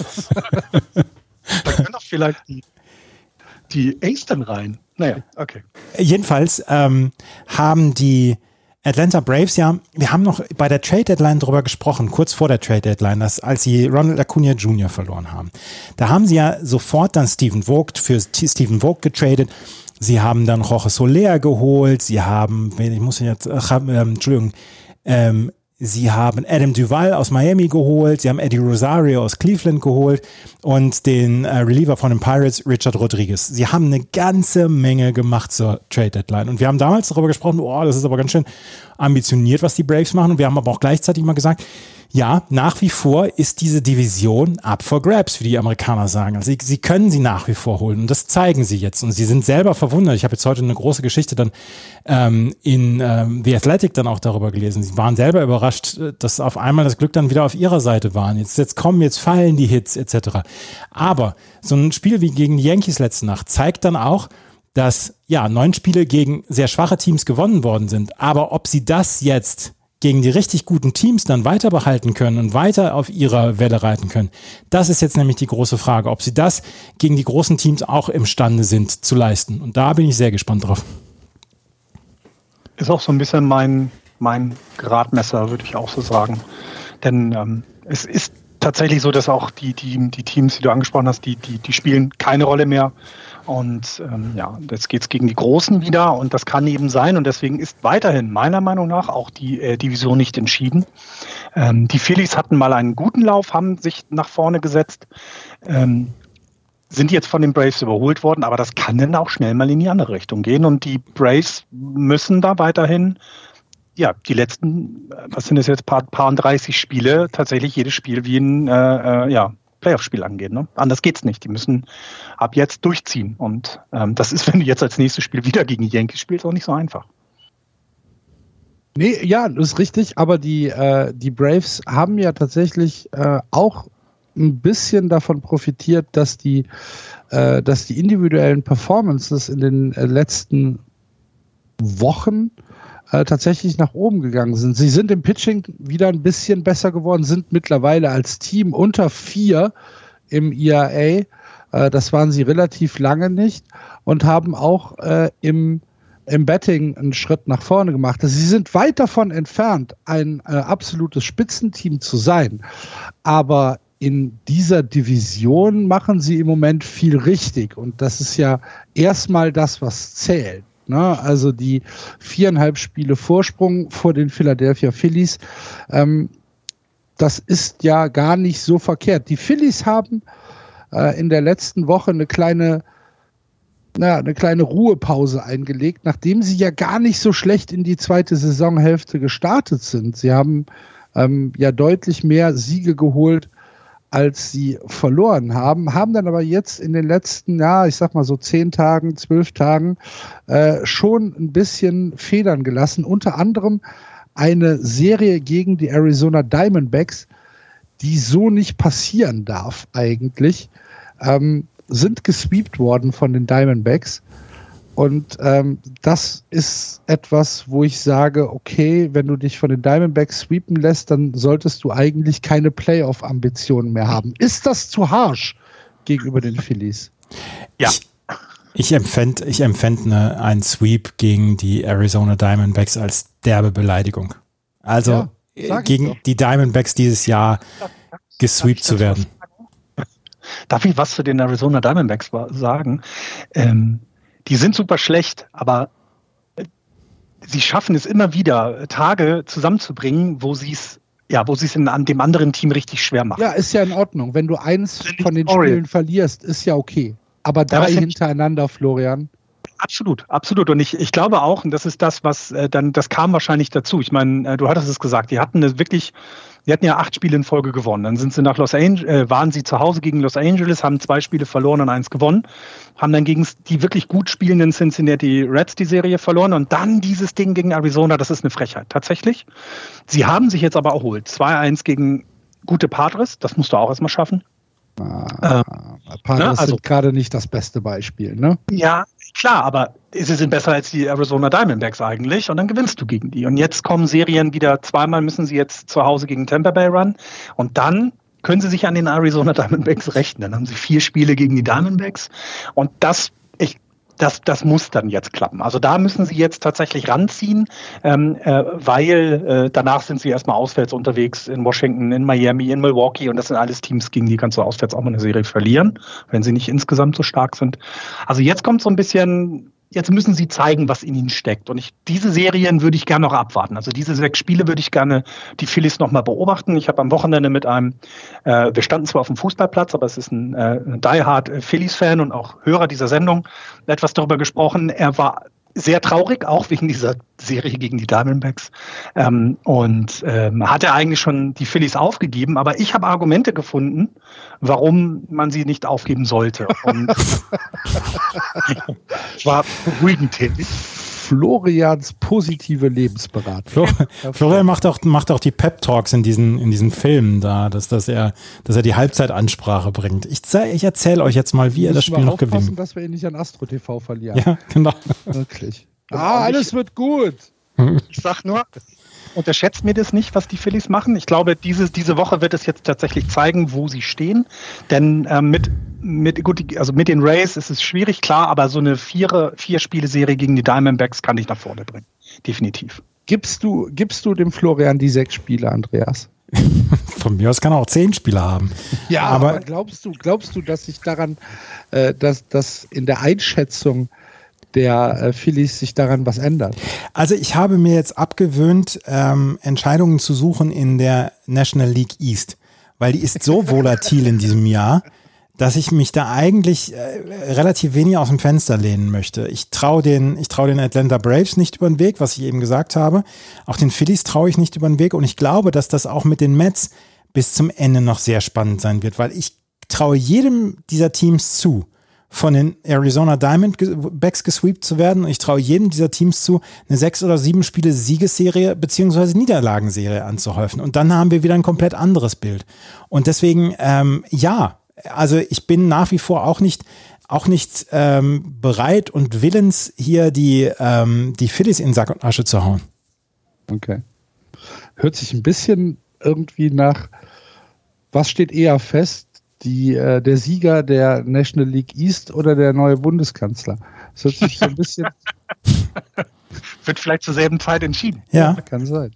Da können doch vielleicht die A's dann rein. Naja, okay. Jedenfalls haben die Atlanta Braves wir haben noch bei der Trade Deadline drüber gesprochen, kurz vor der Trade Deadline, als sie Ronald Acuna Jr. verloren haben. Da haben sie ja sofort dann Stephen Vogt für Stephen Vogt getradet. Sie haben dann Jorge Soler geholt. Sie haben, sie haben Adam Duvall aus Miami geholt, sie haben Eddie Rosario aus Cleveland geholt und den Reliever von den Pirates, Richard Rodriguez. Sie haben eine ganze Menge gemacht zur Trade Deadline. Und wir haben damals darüber gesprochen, das ist aber ganz schön ambitioniert, was die Braves machen. Und wir haben aber auch gleichzeitig mal gesagt, ja, nach wie vor ist diese Division up for grabs, wie die Amerikaner sagen. Also sie können sie nach wie vor holen und das zeigen sie jetzt. Und sie sind selber verwundert. Ich habe jetzt heute eine große Geschichte dann in The Athletic dann auch darüber gelesen. Sie waren selber überrascht, dass auf einmal das Glück dann wieder auf ihrer Seite war. Jetzt fallen die Hits etc. Aber so ein Spiel wie gegen die Yankees letzte Nacht zeigt dann auch, dass 9 Spiele gegen sehr schwache Teams gewonnen worden sind. Aber ob sie das jetzt gegen die richtig guten Teams dann weiter behalten können und weiter auf ihrer Welle reiten können. Das ist jetzt nämlich die große Frage, ob sie das gegen die großen Teams auch imstande sind zu leisten. Und da bin ich sehr gespannt drauf. Ist auch so ein bisschen mein Gradmesser, würde ich auch so sagen. Denn es ist tatsächlich so, dass auch die Teams, die du angesprochen hast, die spielen keine Rolle mehr. Und jetzt geht es gegen die Großen wieder und das kann eben sein und deswegen ist weiterhin meiner Meinung nach auch die Division nicht entschieden. Die Phillies hatten mal einen guten Lauf, haben sich nach vorne gesetzt. sind jetzt von den Braves überholt worden, aber das kann dann auch schnell mal in die andere Richtung gehen. Und die Braves müssen da weiterhin, ja, die letzten, was sind das jetzt, paar 30 Spiele, tatsächlich jedes Spiel wie ein Playoff-Spiel angehen. Ne? Anders geht's nicht. Die müssen ab jetzt durchziehen. Und das ist, wenn du jetzt als nächstes Spiel wieder gegen die Yankees spielst, auch nicht so einfach. Nee, ja, das ist richtig, aber die Braves haben ja tatsächlich auch ein bisschen davon profitiert, dass die individuellen Performances in den letzten Wochen tatsächlich nach oben gegangen sind. Sie sind im Pitching wieder ein bisschen besser geworden, sind mittlerweile als Team unter 4 im ERA. Das waren sie relativ lange nicht und haben auch im Betting einen Schritt nach vorne gemacht. Sie sind weit davon entfernt, ein absolutes Spitzenteam zu sein. Aber in dieser Division machen sie im Moment viel richtig. Und das ist ja erstmal das, was zählt. Ne? Also die 4,5 Spiele Vorsprung vor den Philadelphia Phillies, das ist ja gar nicht so verkehrt. Die Phillies haben in der letzten Woche eine kleine Ruhepause eingelegt, nachdem sie ja gar nicht so schlecht in die zweite Saisonhälfte gestartet sind. Sie haben ja deutlich mehr Siege geholt, als sie verloren haben dann aber jetzt in den letzten, ich sag mal so 10 Tagen, 12 Tagen schon ein bisschen Federn gelassen. Unter anderem eine Serie gegen die Arizona Diamondbacks, die so nicht passieren darf eigentlich, sind gesweept worden von den Diamondbacks. Und das ist etwas, wo ich sage, okay, wenn du dich von den Diamondbacks sweepen lässt, dann solltest du eigentlich keine Playoff-Ambitionen mehr haben. Ist das zu harsch gegenüber den Phillies? Ja. Ich empfände einen Sweep gegen die Arizona Diamondbacks als derbe Beleidigung. Also gegen die Diamondbacks dieses Jahr gesweept zu werden. Darf ich was zu den Arizona Diamondbacks sagen? Die sind super schlecht, aber sie schaffen es immer wieder, Tage zusammenzubringen, wo sie es an dem anderen Team richtig schwer machen. Ja, ist ja in Ordnung. Wenn du eins von den Spielen verlierst, ist ja okay. Aber 3 hintereinander, Florian. Absolut. Und ich glaube auch, und das ist das, was das kam wahrscheinlich dazu. Ich meine, du hattest es gesagt, die hatten ja 8 Spiele in Folge gewonnen. Dann sind sie nach waren sie zu Hause gegen Los Angeles, haben 2 Spiele verloren und 1 gewonnen, haben dann gegen die wirklich gut spielenden Cincinnati Reds die Serie verloren und dann dieses Ding gegen Arizona, das ist eine Frechheit, tatsächlich. Sie haben sich jetzt aber erholt. 2-1 gegen gute Padres, das musst du auch erstmal schaffen. Padres sind gerade nicht das beste Beispiel, ne? Ja, klar, aber sie sind besser als die Arizona Diamondbacks eigentlich und dann gewinnst du gegen die. Und jetzt kommen Serien wieder, 2-mal müssen sie jetzt zu Hause gegen Tampa Bay ran und dann können sie sich an den Arizona Diamondbacks rächen. Dann haben sie 4 Spiele gegen die Diamondbacks und das muss dann jetzt klappen. Also da müssen sie jetzt tatsächlich ranziehen, weil danach sind sie erstmal auswärts unterwegs in Washington, in Miami, in Milwaukee und das sind alles Teams, gegen die kannst du auswärts auch mal eine Serie verlieren, wenn sie nicht insgesamt so stark sind. Also jetzt kommt so ein bisschen, jetzt müssen sie zeigen, was in ihnen steckt. Und diese Serien würde ich gerne noch abwarten. Also diese 6 Spiele würde ich gerne die Phillies noch mal beobachten. Ich habe am Wochenende mit einem, wir standen zwar auf dem Fußballplatz, aber es ist ein Die-Hard Phillies-Fan und auch Hörer dieser Sendung, etwas darüber gesprochen. Er war sehr traurig, auch wegen dieser Serie gegen die Diamondbacks. Hat er eigentlich schon die Phillies aufgegeben, aber ich habe Argumente gefunden, warum man sie nicht aufgeben sollte. Und war beruhigend tätig. Florians positive Lebensberatung. Florian macht auch die Pep-Talks in diesen Filmen da, dass er die Halbzeitansprache bringt. Ich erzähle euch jetzt mal, wie er das Spiel noch gewinnt. Dass wir ihn nicht an Astro TV verlieren. Ja, genau. Wirklich. Alles wird gut. Ich sag nur, unterschätzt mir das nicht, was die Phillies machen. Ich glaube, diese Woche wird es jetzt tatsächlich zeigen, wo sie stehen. Denn mit den Rays ist es schwierig, klar, aber so eine 4-Spiele-Serie gegen die Diamondbacks kann ich nach vorne bringen. Definitiv. Gibst du dem Florian die 6 Spiele, Andreas? Von mir aus kann er auch 10 Spiele haben. Ja, aber glaubst du, dass sich daran, dass in der Einschätzung der Phillies sich daran was ändert? Also ich habe mir jetzt abgewöhnt, Entscheidungen zu suchen in der National League East, weil die ist so volatil in diesem Jahr. dass ich mich da eigentlich relativ wenig aus dem Fenster lehnen möchte. Ich traue den Atlanta Braves nicht über den Weg, was ich eben gesagt habe. Auch den Phillies traue ich nicht über den Weg. Und ich glaube, dass das auch mit den Mets bis zum Ende noch sehr spannend sein wird, weil ich traue jedem dieser Teams zu, von den Arizona Diamondbacks gesweept zu werden. Und ich traue jedem dieser Teams zu, eine 6 oder 7 Spiele Siegesserie beziehungsweise Niederlagenserie anzuhäufen. Und dann haben wir wieder ein komplett anderes Bild. Und deswegen, also ich bin nach wie vor auch nicht bereit und willens, hier die Phillies in Sack und Asche zu hauen. Okay. Hört sich ein bisschen irgendwie nach, was steht eher fest? Der Sieger der National League East oder der neue Bundeskanzler? Das hört sich so ein bisschen... Wird vielleicht zur selben Zeit entschieden. Ja. Kann sein.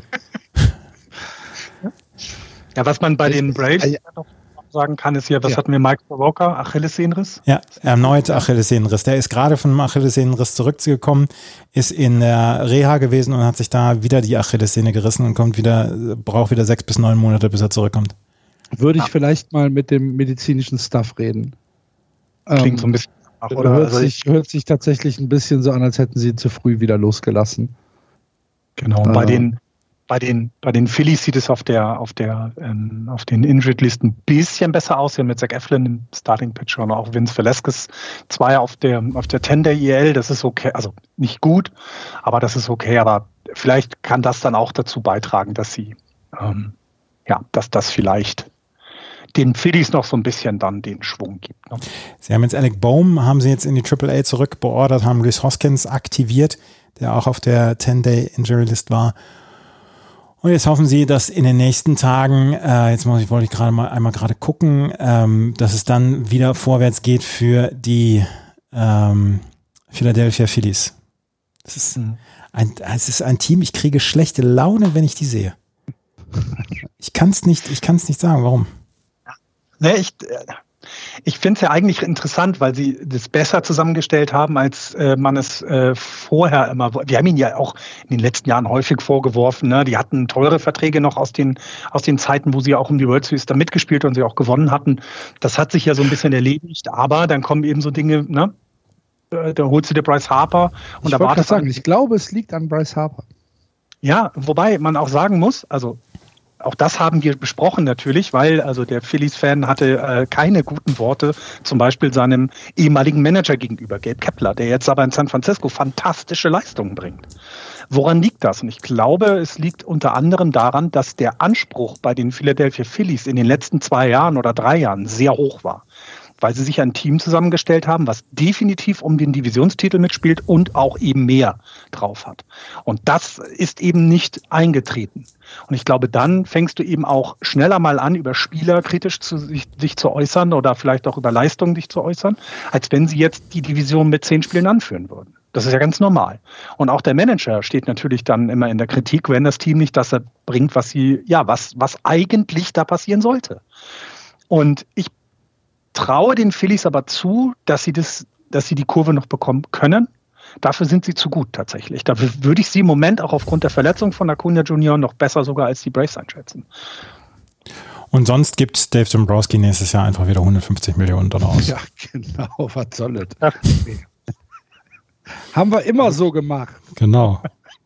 Ja, was man bei den Braves noch sagen kann, ist ja, was hatten wir, Mike Soroka, Achillessehnenriss? Ja, erneut Achillessehnenriss. Der ist gerade von einem Achillessehnenriss zurückgekommen, ist in der Reha gewesen und hat sich da wieder die Achillessehne gerissen und braucht wieder 6 bis 9 Monate, bis er zurückkommt. Würde ich vielleicht mal mit dem medizinischen Staff reden. Klingt so ein bisschen nach, oder? Hört sich tatsächlich ein bisschen so an, als hätten sie ihn zu früh wieder losgelassen. Genau, bei den Phillies sieht es auf den Injured-Listen ein bisschen besser aus. Hier mit Zach Eflin im Starting-Pitcher und auch Vince Velasquez 2 auf der 10-Day-EL. Das ist okay, also nicht gut, aber das ist okay. Aber vielleicht kann das dann auch dazu beitragen, dass sie, dass das vielleicht den Phillies noch so ein bisschen dann den Schwung gibt. Ne? Sie haben jetzt Alec Bohm, haben sie jetzt in die AAA zurückbeordert, haben Rhys Hoskins aktiviert, der auch auf der 10-Day-Injury-List war. Und jetzt hoffen sie, dass in den nächsten Tagen, wollte ich gerade mal einmal gucken, dass es dann wieder vorwärts geht für die Philadelphia Phillies. Es ist ein Team, ich kriege schlechte Laune, wenn ich die sehe. Ich kann es nicht sagen, warum. Ne, ich finde es ja eigentlich interessant, weil sie das besser zusammengestellt haben, als man es vorher immer. Wir haben ihnen ja auch in den letzten Jahren häufig vorgeworfen, ne? Die hatten teure Verträge noch aus den Zeiten, wo sie auch um die World Series da mitgespielt und sie auch gewonnen hatten. Das hat sich ja so ein bisschen erledigt, aber dann kommen eben so Dinge, ne? Da holst du dir Bryce Harper und ich wollte gerade sagen, ich glaube, es liegt an Bryce Harper. Ja, wobei man auch sagen muss, also auch das haben wir besprochen natürlich, weil also der Phillies-Fan hatte keine guten Worte, zum Beispiel seinem ehemaligen Manager gegenüber, Gabe Kepler, der jetzt aber in San Francisco fantastische Leistungen bringt. Woran liegt das? Und ich glaube, es liegt unter anderem daran, dass der Anspruch bei den Philadelphia Phillies in den letzten 2 Jahren oder 3 Jahren sehr hoch war, weil sie sich ein Team zusammengestellt haben, was definitiv um den Divisionstitel mitspielt und auch eben mehr drauf hat. Und das ist eben nicht eingetreten. Und ich glaube, dann fängst du eben auch schneller mal an, über Spieler kritisch sich zu äußern oder vielleicht auch über Leistungen dich zu äußern, als wenn sie jetzt die Division mit 10 Spielen anführen würden. Das ist ja ganz normal. Und auch der Manager steht natürlich dann immer in der Kritik, wenn das Team nicht das bringt, was eigentlich da passieren sollte. Und ich traue den Phillies aber zu, dass sie die Kurve noch bekommen können. Dafür sind sie zu gut tatsächlich. Dafür würde ich sie im Moment auch aufgrund der Verletzung von Acuna Jr. noch besser sogar als die Braves einschätzen. Und sonst gibt Dave Dombrowski nächstes Jahr einfach wieder $150 Millionen aus. Ja, genau. Was soll das? Haben wir immer so gemacht. Genau.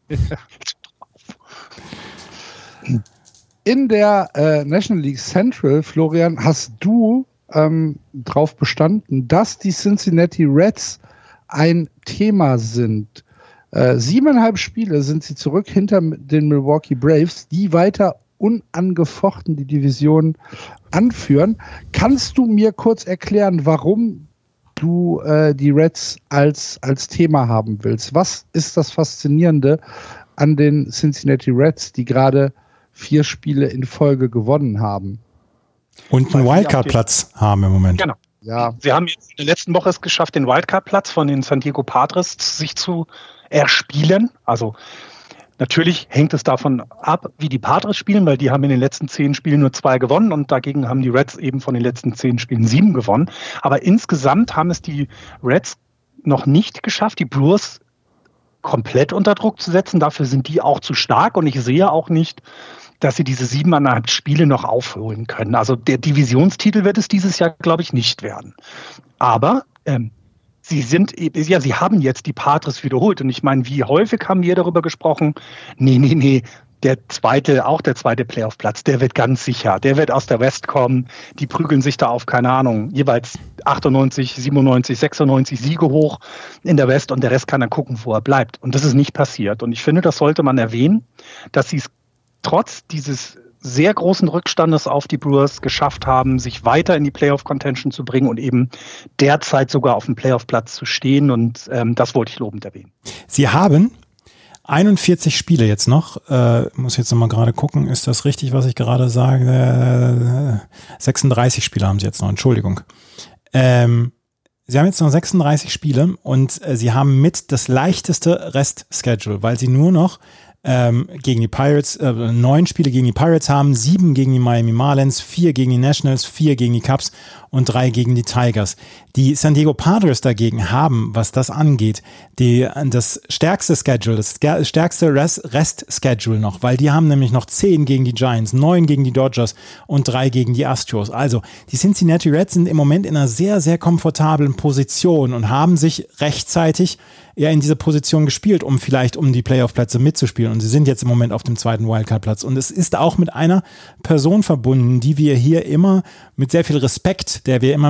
In der National League Central, Florian, hast du drauf bestanden, dass die Cincinnati Reds ein Thema sind. 7,5 Spiele sind sie zurück hinter den Milwaukee Braves, die weiter unangefochten die Division anführen. Kannst du mir kurz erklären, warum du die Reds als Thema haben willst? Was ist das Faszinierende an den Cincinnati Reds, die gerade 4 Spiele in Folge gewonnen haben? Und einen Wildcard-Platz haben im Moment. Genau. Ja. Sie haben jetzt in der letzten Woche es geschafft, den Wildcard-Platz von den San Diego Padres sich zu erspielen. Also natürlich hängt es davon ab, wie die Padres spielen, weil die haben in den letzten 10 Spielen nur 2 gewonnen und dagegen haben die Reds eben von den letzten 10 Spielen 7 gewonnen. Aber insgesamt haben es die Reds noch nicht geschafft, die Brewers komplett unter Druck zu setzen. Dafür sind die auch zu stark und ich sehe auch nicht, dass sie diese 7,5 Spiele noch aufholen können. Also der Divisionstitel wird es dieses Jahr, glaube ich, nicht werden. Aber sie haben jetzt die Padres wiederholt. Und ich meine, wie häufig haben wir darüber gesprochen? Nee. Der zweite Playoff-Platz, der wird ganz sicher. Der wird aus der West kommen. Die prügeln sich da auf, keine Ahnung, jeweils 98, 97, 96 Siege hoch in der West und der Rest kann dann gucken, wo er bleibt. Und das ist nicht passiert. Und ich finde, das sollte man erwähnen, dass sie es trotz dieses sehr großen Rückstandes auf die Brewers geschafft haben, sich weiter in die Playoff-Contention zu bringen und eben derzeit sogar auf dem Playoff-Platz zu stehen. Und das wollte ich lobend erwähnen. Sie haben 41 Spiele jetzt noch. Muss jetzt nochmal gerade gucken, ist das richtig, was ich gerade sage? 36 Spiele haben sie jetzt noch, Entschuldigung. Sie haben jetzt noch 36 Spiele und sie haben mit das leichteste Rest-Schedule, weil sie nur noch gegen die Pirates, 9 Spiele gegen die Pirates haben, 7 gegen die Miami Marlins, 4 gegen die Nationals, 4 gegen die Cubs und 3 gegen die Tigers. Die San Diego Padres dagegen haben, was das angeht, das stärkste Schedule, das stärkste Rest-Schedule noch, weil die haben nämlich noch 10 gegen die Giants, 9 gegen die Dodgers und 3 gegen die Astros. Also die Cincinnati Reds sind im Moment in einer sehr, sehr komfortablen Position und haben sich rechtzeitig in diese Position gespielt, um die Playoff-Plätze mitzuspielen. Und sie sind jetzt im Moment auf dem zweiten Wildcard-Platz. Und es ist auch mit einer Person verbunden, die wir hier immer mit sehr viel Respekt,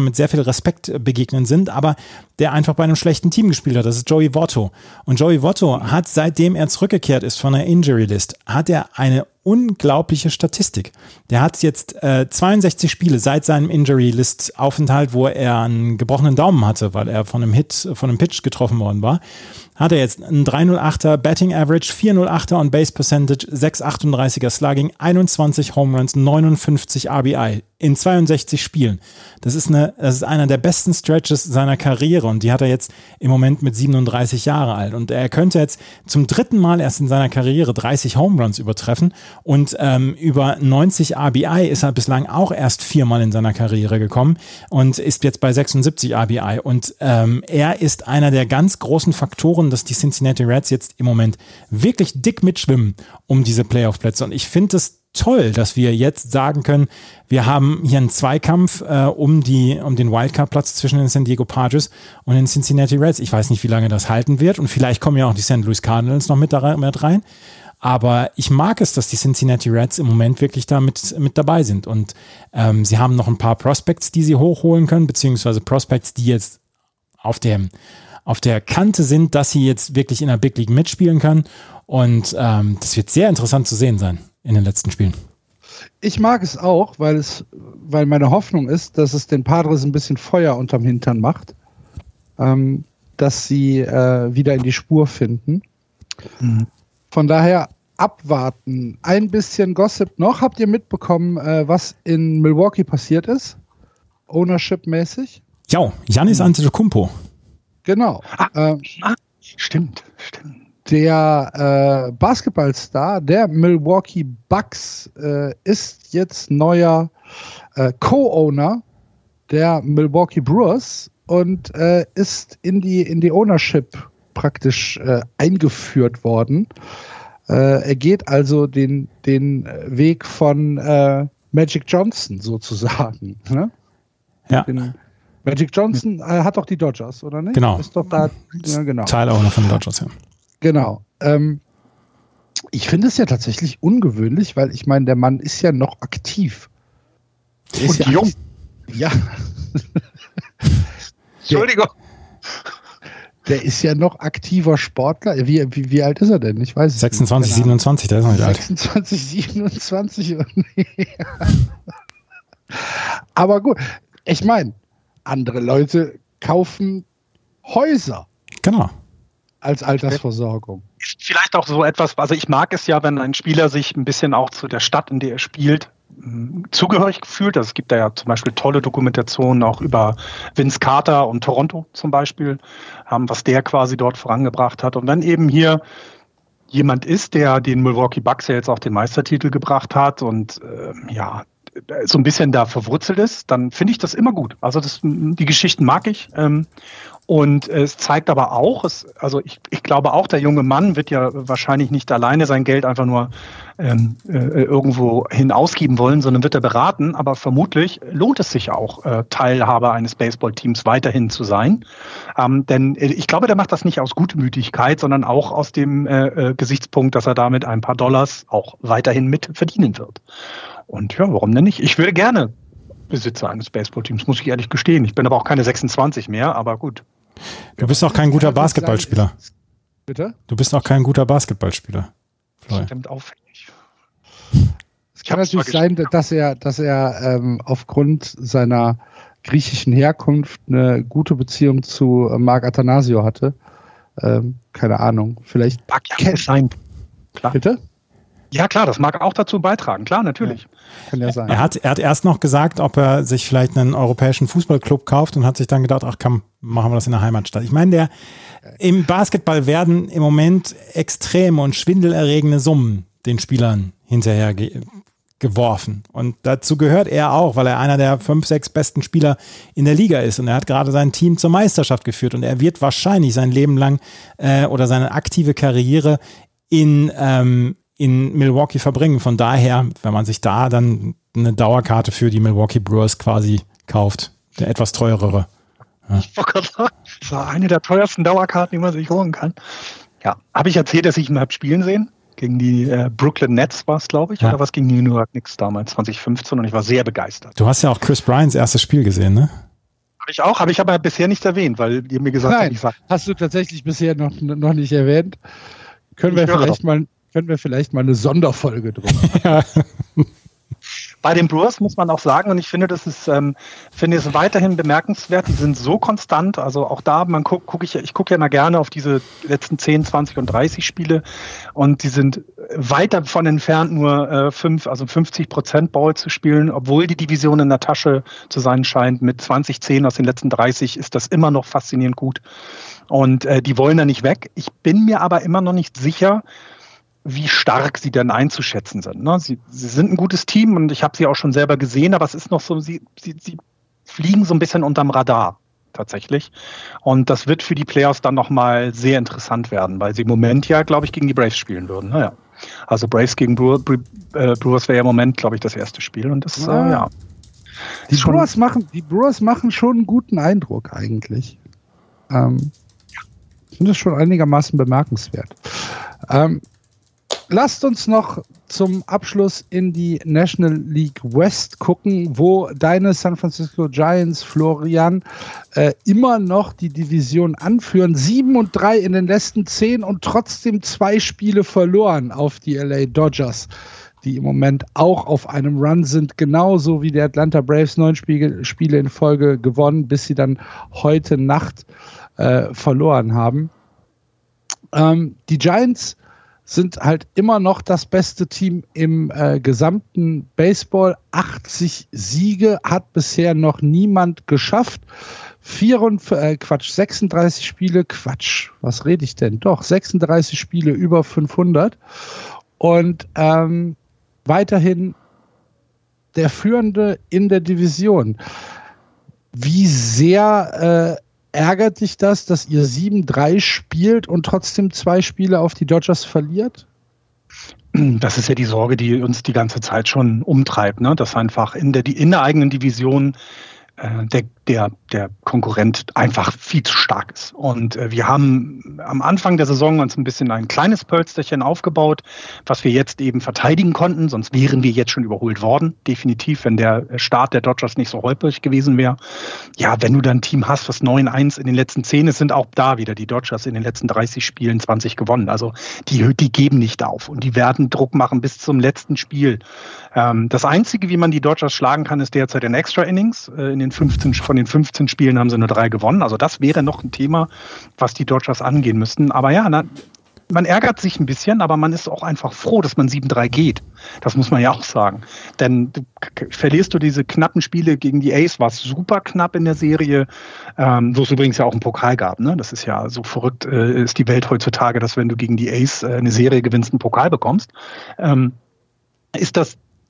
begegnen sind, aber der einfach bei einem schlechten Team gespielt hat. Das ist Joey Votto. Und Joey Votto hat, seitdem er zurückgekehrt ist von der Injury List, hat er eine unglaubliche Statistik. Der hat jetzt 62 Spiele seit seinem Injury-List-Aufenthalt, wo er einen gebrochenen Daumen hatte, weil er von einem Pitch getroffen worden war, hat er jetzt einen 3,08er Batting Average, 4,08er on Base Percentage, 6,38er Slugging, 21 Home Runs, 59 RBI in 62 Spielen. Das ist einer der besten Stretches seiner Karriere und die hat er jetzt im Moment mit 37 Jahre alt. Und er könnte jetzt zum dritten Mal erst in seiner Karriere 30 Home Runs übertreffen und über 90 RBI ist er bislang auch erst 4-mal in seiner Karriere gekommen und ist jetzt bei 76 RBI. Und er ist einer der ganz großen Faktoren, dass die Cincinnati Reds jetzt im Moment wirklich dick mitschwimmen um diese Playoff-Plätze. Und ich finde es toll, dass wir jetzt sagen können, wir haben hier einen Zweikampf um den Wildcard-Platz zwischen den San Diego Padres und den Cincinnati Reds. Ich weiß nicht, wie lange das halten wird und vielleicht kommen ja auch die St. Louis Cardinals noch mit rein. Aber ich mag es, dass die Cincinnati Reds im Moment wirklich da mit dabei sind. Und sie haben noch ein paar Prospects, die sie hochholen können, beziehungsweise Prospects, die jetzt auf der Kante sind, dass sie jetzt wirklich in der Big League mitspielen können. Und das wird sehr interessant zu sehen sein in den letzten Spielen. Ich mag es auch, weil meine Hoffnung ist, dass es den Padres ein bisschen Feuer unterm Hintern macht, dass sie wieder in die Spur finden. Mhm. Von daher abwarten. Ein bisschen Gossip noch. Habt ihr mitbekommen, was in Milwaukee passiert ist? Ownership-mäßig? Ja, Giannis Antetokounmpo. Genau. Stimmt. Der Basketballstar der Milwaukee Bucks ist jetzt neuer Co-Owner der Milwaukee Brewers und ist in die Ownership praktisch eingeführt worden. Er geht also den Weg von Magic Johnson sozusagen. Ne? Ja. Magic Johnson hat doch die Dodgers, oder nicht? Genau. Ist doch da, ja, genau. Teil auch noch von den Dodgers, ja. Genau. Ich finde es ja tatsächlich ungewöhnlich, weil ich meine, der Mann ist ja noch aktiv. Der ist jung. Ja. Entschuldigung. Der ist ja noch aktiver Sportler. Wie alt ist er denn? Ich weiß es 26, nicht. 27, der ist noch nicht alt. 26, 27. Aber gut, ich meine, andere Leute kaufen Häuser. Genau. Als Altersversorgung. Ist vielleicht auch so etwas, also ich mag es ja, wenn ein Spieler sich ein bisschen auch zu der Stadt, in der er spielt, zugehörig fühlt. Also es gibt da ja zum Beispiel tolle Dokumentationen auch über Vince Carter und Toronto zum Beispiel, was der quasi dort vorangebracht hat. Und wenn eben hier jemand ist, der den Milwaukee Bucks ja jetzt auch den Meistertitel gebracht hat und so ein bisschen da verwurzelt ist, dann finde ich das immer gut. Also die Geschichten mag ich. Und es zeigt aber auch, ich glaube auch, der junge Mann wird ja wahrscheinlich nicht alleine sein Geld einfach nur irgendwo hin ausgeben wollen, sondern wird er beraten. Aber vermutlich lohnt es sich auch, Teilhaber eines Baseballteams weiterhin zu sein. Denn ich glaube, der macht das nicht aus Gutmütigkeit, sondern auch aus dem Gesichtspunkt, dass er damit ein paar Dollars auch weiterhin mit verdienen wird. Und ja, warum denn nicht? Ich würde gerne Besitzer eines Baseballteams, muss ich ehrlich gestehen. Ich bin aber auch keine 26 mehr, aber gut. Du bist auch kein guter Basketballspieler. Bitte? Du bist auch kein guter Basketballspieler. Stimmt auffällig. Es kann natürlich sein, dass er aufgrund seiner griechischen Herkunft eine gute Beziehung zu Marc Athanasio hatte. Keine Ahnung. Vielleicht mag ja sein. Klar. Bitte? Ja, klar, das mag auch dazu beitragen. Klar, natürlich. Ja, kann ja sein. Er hat erst noch gesagt, ob er sich vielleicht einen europäischen Fußballclub kauft und hat sich dann gedacht, ach komm, machen wir das in der Heimatstadt. Ich meine, im Basketball werden im Moment extreme und schwindelerregende Summen den Spielern hinterher geworfen. Und dazu gehört er auch, weil er einer der 5, 6 besten Spieler in der Liga ist. Und er hat gerade sein Team zur Meisterschaft geführt. Und er wird wahrscheinlich sein Leben lang oder seine aktive Karriere in Milwaukee verbringen. Von daher, wenn man sich da dann eine Dauerkarte für die Milwaukee Brewers quasi kauft, der etwas teurere. Ja. Ich wollte gerade sagen, das war eine der teuersten Dauerkarten, die man sich holen kann. Ja, habe ich erzählt, dass ich ihn habe spielen sehen? Gegen die Brooklyn Nets war es, glaube ich, oder was gegen die New York Knicks damals, 2015, und ich war sehr begeistert. Du hast ja auch Chris Bryants erstes Spiel gesehen, ne? Habe ich aber bisher nicht erwähnt, weil ihr mir gesagt habt, ich sage. Hast du tatsächlich bisher noch nicht erwähnt? Können wir vielleicht mal eine Sonderfolge drüber machen. Ja. Bei den Brewers muss man auch sagen, und ich finde, finde es weiterhin bemerkenswert, die sind so konstant, also auch da, ich gucke ja mal gerne auf diese letzten 10, 20 und 30 Spiele, und die sind weit davon entfernt, nur 50% Ball zu spielen, obwohl die Division in der Tasche zu sein scheint. Mit 20-10 aus den letzten 30 ist das immer noch faszinierend gut, und die wollen da nicht weg. Ich bin mir aber immer noch nicht sicher, wie stark sie denn einzuschätzen sind. Ne? Sie sind ein gutes Team, und ich habe sie auch schon selber gesehen, aber es ist noch so, sie fliegen so ein bisschen unterm Radar tatsächlich. Und das wird für die Playoffs dann nochmal sehr interessant werden, weil sie im Moment ja, glaube ich, gegen die Braves spielen würden. Naja. Also Braves gegen Brewers wäre ja im Moment, glaube ich, das erste Spiel. Und das, ja. Die Brewers machen schon einen guten Eindruck eigentlich. Ich finde das schon einigermaßen bemerkenswert. Lasst uns noch zum Abschluss in die National League West gucken, wo deine San Francisco Giants, Florian, immer noch die Division anführen. 7-3 in den letzten 10 und trotzdem 2 Spiele verloren auf die LA Dodgers, die im Moment auch auf einem Run sind, genauso wie die Atlanta Braves, 9 Spiele in Folge gewonnen, bis sie dann heute Nacht verloren haben. Die Giants sind halt immer noch das beste Team im gesamten Baseball. 80 Siege hat bisher noch niemand geschafft. 36 Spiele, was rede ich denn? Doch, 36 Spiele über 500. Und weiterhin der Führende in der Division. Wie sehr ärgert dich das, dass ihr 7-3 spielt und trotzdem 2 Spiele auf die Dodgers verliert? Das ist ja die Sorge, die uns die ganze Zeit schon umtreibt, ne? Dass einfach in der eigenen Division der Konkurrent einfach viel zu stark ist. Und wir haben am Anfang der Saison uns ein bisschen ein kleines Pölsterchen aufgebaut, was wir jetzt eben verteidigen konnten, sonst wären wir jetzt schon überholt worden, definitiv, wenn der Start der Dodgers nicht so holprig gewesen wäre. Ja, wenn du dann ein Team hast, was 9-1 in den letzten 10 ist, sind auch da wieder die Dodgers in den letzten 30 Spielen 20 gewonnen. Also die geben nicht auf und die werden Druck machen bis zum letzten Spiel. Das Einzige, wie man die Dodgers schlagen kann, ist derzeit in Extra Innings. Von den 15 Spielen haben sie nur 3 gewonnen. Also das wäre noch ein Thema, was die Dodgers angehen müssten. Aber ja, man ärgert sich ein bisschen, aber man ist auch einfach froh, dass man 7-3 geht. Das muss man ja auch sagen. Denn verlierst du diese knappen Spiele gegen die A's, war es super knapp in der Serie, wo es übrigens ja auch einen Pokal gab. Ne? Das ist ja so verrückt, ist die Welt heutzutage, dass wenn du gegen die A's eine Serie gewinnst, einen Pokal bekommst. Ist das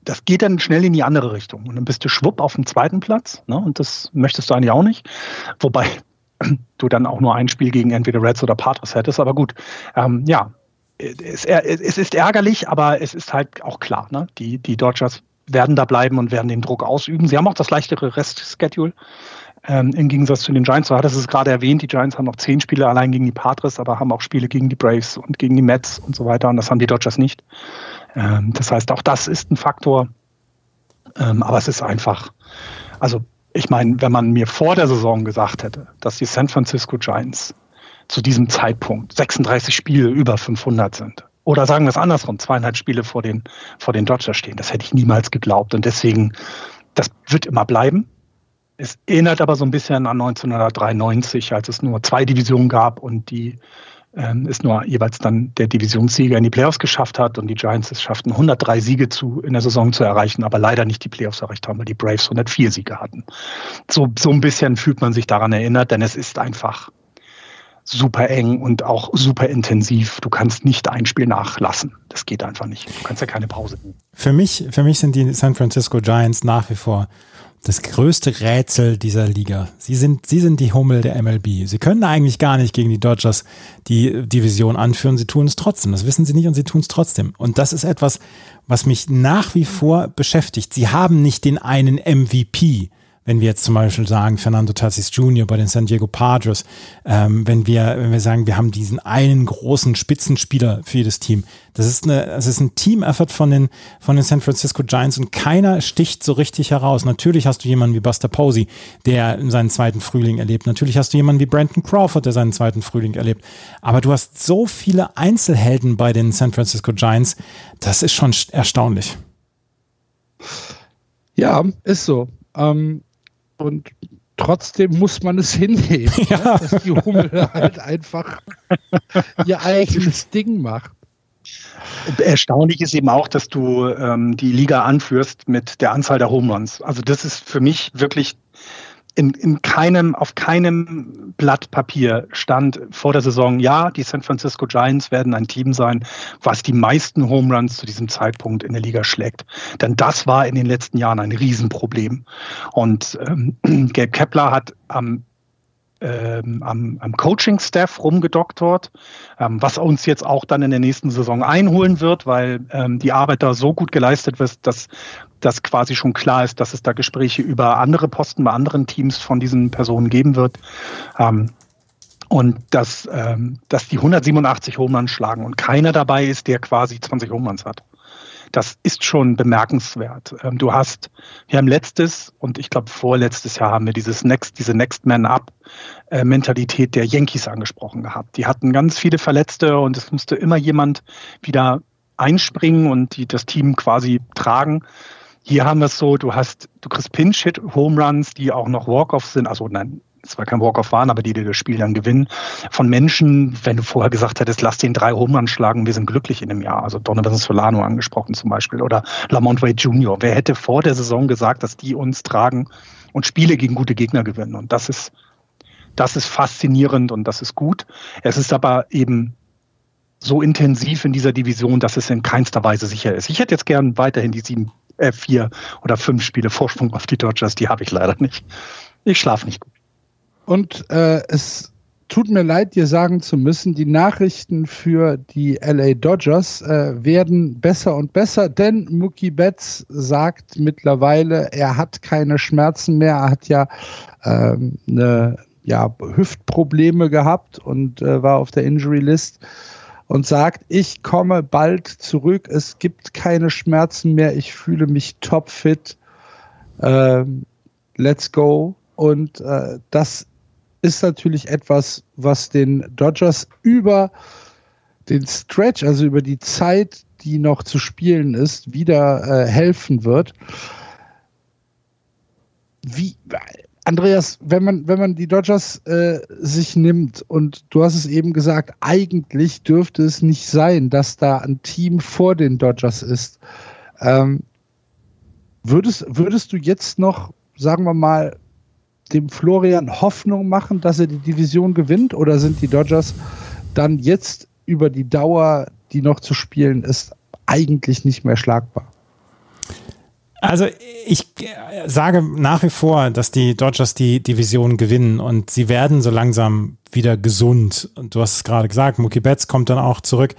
das geht dann schnell in die andere Richtung. Und dann bist du schwupp auf dem zweiten Platz. Ne? Und das möchtest du eigentlich auch nicht. Wobei du dann auch nur ein Spiel gegen entweder Reds oder Padres hättest. Aber gut, es ist ärgerlich, aber es ist halt auch klar. Ne? Die Dodgers werden da bleiben und werden den Druck ausüben. Sie haben auch das leichtere Restschedule. Im Gegensatz zu den Giants, so hat es gerade erwähnt, die Giants haben noch 10 Spiele allein gegen die Padres, aber haben auch Spiele gegen die Braves und gegen die Mets und so weiter. Und das haben die Dodgers nicht. Das heißt, auch das ist ein Faktor. Aber es ist einfach, also ich meine, wenn man mir vor der Saison gesagt hätte, dass die San Francisco Giants zu diesem Zeitpunkt 36 Spiele über 500 sind, oder sagen wir es andersrum, 2,5 Spiele vor den Dodgers stehen, das hätte ich niemals geglaubt. Und deswegen, das wird immer bleiben. Es erinnert aber so ein bisschen an 1993, als es nur 2 Divisionen gab und es nur jeweils dann der Divisionssieger in die Playoffs geschafft hat und die Giants es schafften, 103 Siege in der Saison zu erreichen, aber leider nicht die Playoffs erreicht haben, weil die Braves 104 Siege hatten. So ein bisschen fühlt man sich daran erinnert, denn es ist einfach super eng und auch super intensiv. Du kannst nicht ein Spiel nachlassen. Das geht einfach nicht. Du kannst ja keine Pause nehmen. Für mich sind die San Francisco Giants nach wie vor das größte Rätsel dieser Liga. Sie sind die Hummel der MLB. Sie können eigentlich gar nicht gegen die Dodgers die Division anführen. Sie tun es trotzdem. Das wissen sie nicht und sie tun es trotzdem. Und das ist etwas, was mich nach wie vor beschäftigt. Sie haben nicht den einen MVP. Wenn wir jetzt zum Beispiel sagen, Fernando Tatis Jr. bei den San Diego Padres, wenn wir sagen, wir haben diesen einen großen Spitzenspieler für jedes Team. Das ist ein Team-Effort von den San Francisco Giants und keiner sticht so richtig heraus. Natürlich hast du jemanden wie Buster Posey, der seinen zweiten Frühling erlebt. Natürlich hast du jemanden wie Brandon Crawford, der seinen zweiten Frühling erlebt. Aber du hast so viele Einzelhelden bei den San Francisco Giants. Das ist schon erstaunlich. Ja, ist so. Und trotzdem muss man es hinnehmen, ja. Dass die Hummel halt einfach ihr eigenes Ding macht. Erstaunlich ist eben auch, dass du die Liga anführst mit der Anzahl der Home Runs. Also das ist für mich wirklich auf keinem Blatt Papier stand vor der Saison, ja, die San Francisco Giants werden ein Team sein, was die meisten Home Runs zu diesem Zeitpunkt in der Liga schlägt. Denn das war in den letzten Jahren ein Riesenproblem. Und Gabe Kapler hat am Coaching-Staff rumgedoktort, was uns jetzt auch dann in der nächsten Saison einholen wird, weil die Arbeit da so gut geleistet wird, dass das quasi schon klar ist, dass es da Gespräche über andere Posten bei anderen Teams von diesen Personen geben wird. Und dass die 187 Home Runs schlagen und keiner dabei ist, der quasi 20 Home Runs hat. Das ist schon bemerkenswert. Wir haben letztes und ich glaube vorletztes Jahr haben wir diese Next Man Up Mentalität der Yankees angesprochen gehabt. Die hatten ganz viele Verletzte und es musste immer jemand wieder einspringen und das Team quasi tragen. Hier haben wir es so, du kriegst Pinch-Hit-Home-Runs, die auch noch Walk-Offs sind, also nein, es war kein Walk-Off waren, aber die das Spiel dann gewinnen, von Menschen, wenn du vorher gesagt hättest, lass den 3 Home-Runs schlagen, wir sind glücklich in dem Jahr. Also Donovan Solano angesprochen zum Beispiel oder Lamont Wade Jr. Wer hätte vor der Saison gesagt, dass die uns tragen und Spiele gegen gute Gegner gewinnen? Und das ist faszinierend und das ist gut. Es ist aber eben so intensiv in dieser Division, dass es in keinster Weise sicher ist. Ich hätte jetzt gern weiterhin die 4 oder 5 Spiele Vorsprung auf die Dodgers, die habe ich leider nicht. Ich schlafe nicht gut. Und es tut mir leid, dir sagen zu müssen, die Nachrichten für die LA Dodgers werden besser und besser, denn Mookie Betts sagt mittlerweile, er hat keine Schmerzen mehr, er hat Hüftprobleme gehabt und war auf der Injury List und sagt, ich komme bald zurück, es gibt keine Schmerzen mehr, ich fühle mich topfit, let's go. Und das ist natürlich etwas, was den Dodgers über den Stretch, also über die Zeit, die noch zu spielen ist, wieder helfen wird. Andreas, wenn man die Dodgers sich nimmt und du hast es eben gesagt, eigentlich dürfte es nicht sein, dass da ein Team vor den Dodgers ist. Würdest du jetzt noch, sagen wir mal, dem Florian Hoffnung machen, dass er die Division gewinnt, oder sind die Dodgers dann jetzt über die Dauer, die noch zu spielen ist, eigentlich nicht mehr schlagbar? Also ich sage nach wie vor, dass die Dodgers die Division gewinnen und sie werden so langsam wieder gesund. Und du hast es gerade gesagt, Mookie Betts kommt dann auch zurück.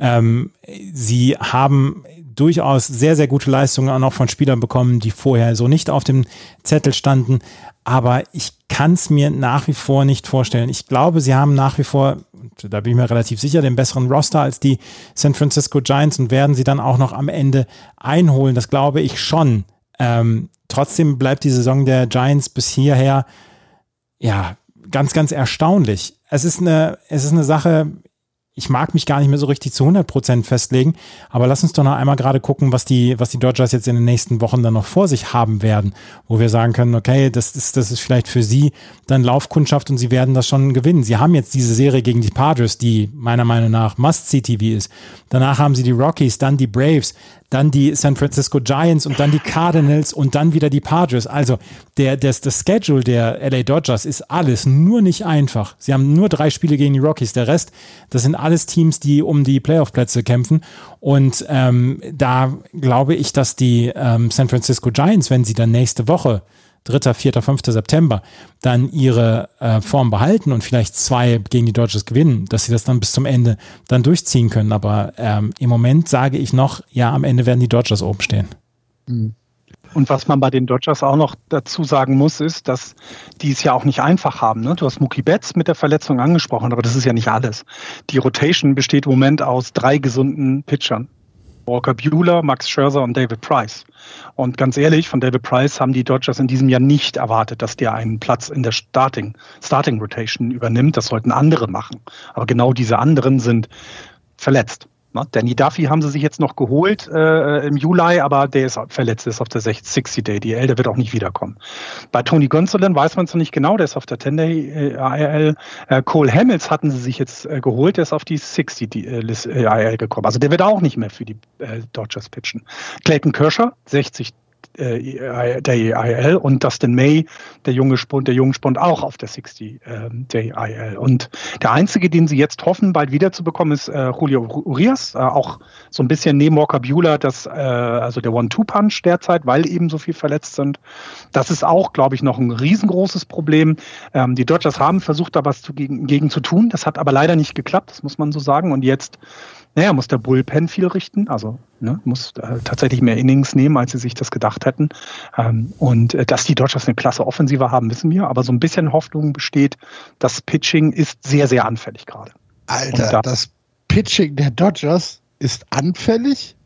Sie haben durchaus sehr, sehr gute Leistungen auch noch von Spielern bekommen, die vorher so nicht auf dem Zettel standen. Aber ich kann es mir nach wie vor nicht vorstellen. Ich glaube, sie haben nach wie vor, da bin ich mir relativ sicher, den besseren Roster als die San Francisco Giants und werden sie dann auch noch am Ende einholen. Das glaube ich schon. Trotzdem bleibt die Saison der Giants bis hierher ja ganz, ganz erstaunlich. Es ist eine Sache, ich mag mich gar nicht mehr so richtig zu 100% festlegen, aber lass uns doch noch einmal gerade gucken, was die Dodgers jetzt in den nächsten Wochen dann noch vor sich haben werden, wo wir sagen können, okay, das ist vielleicht für sie dann Laufkundschaft und sie werden das schon gewinnen. Sie haben jetzt diese Serie gegen die Padres, die meiner Meinung nach Must-See-TV ist. Danach haben sie die Rockies, dann die Braves, dann die San Francisco Giants und dann die Cardinals und dann wieder die Padres. Also das Schedule der LA Dodgers ist alles nur nicht einfach. Sie haben nur 3 Spiele gegen die Rockies. Der Rest, das sind alles Teams, die um die Playoff-Plätze kämpfen. Und da glaube ich, dass die San Francisco Giants, wenn sie dann nächste Woche 3., 4., 5. September dann ihre Form behalten und vielleicht 2 gegen die Dodgers gewinnen, dass sie das dann bis zum Ende dann durchziehen können. Aber im Moment sage ich noch, ja, am Ende werden die Dodgers oben stehen. Und was man bei den Dodgers auch noch dazu sagen muss, ist, dass die es ja auch nicht einfach haben. Ne? Du hast Mookie Betts mit der Verletzung angesprochen, aber das ist ja nicht alles. Die Rotation besteht im Moment aus 3 gesunden Pitchern. Walker Buehler, Max Scherzer und David Price. Und ganz ehrlich, von David Price haben die Dodgers in diesem Jahr nicht erwartet, dass der einen Platz in der Starting Rotation übernimmt. Das sollten andere machen. Aber genau diese anderen sind verletzt. Danny Duffy haben sie sich jetzt noch geholt im Juli, aber der ist verletzt, der ist auf der 60-Day DL, der wird auch nicht wiederkommen. Bei Tony Gonsolin weiß man es noch nicht genau, der ist auf der 10-Day IL. Cole Hamels hatten sie sich jetzt geholt, der ist auf die 60-Day IL gekommen. Also der wird auch nicht mehr für die Dodgers pitchen. Clayton Kershaw, 60 der IL und Dustin May, der junge Spund auch auf der 60-Day IL. Und der einzige, den sie jetzt hoffen, bald wiederzubekommen, ist Julio Urias, auch so ein bisschen neben Walker Buehler, also der One-Two-Punch derzeit, weil eben so viel verletzt sind. Das ist auch, glaube ich, noch ein riesengroßes Problem. Die Dodgers haben versucht, da was gegen zu tun. Das hat aber leider nicht geklappt, das muss man so sagen. Und jetzt muss der Bullpen viel richten, also muss tatsächlich mehr Innings nehmen, als sie sich das gedacht hätten. Und dass die Dodgers eine klasse Offensive haben, wissen wir, aber so ein bisschen Hoffnung besteht, das Pitching ist sehr, sehr anfällig gerade. Alter, das Pitching der Dodgers ist anfällig?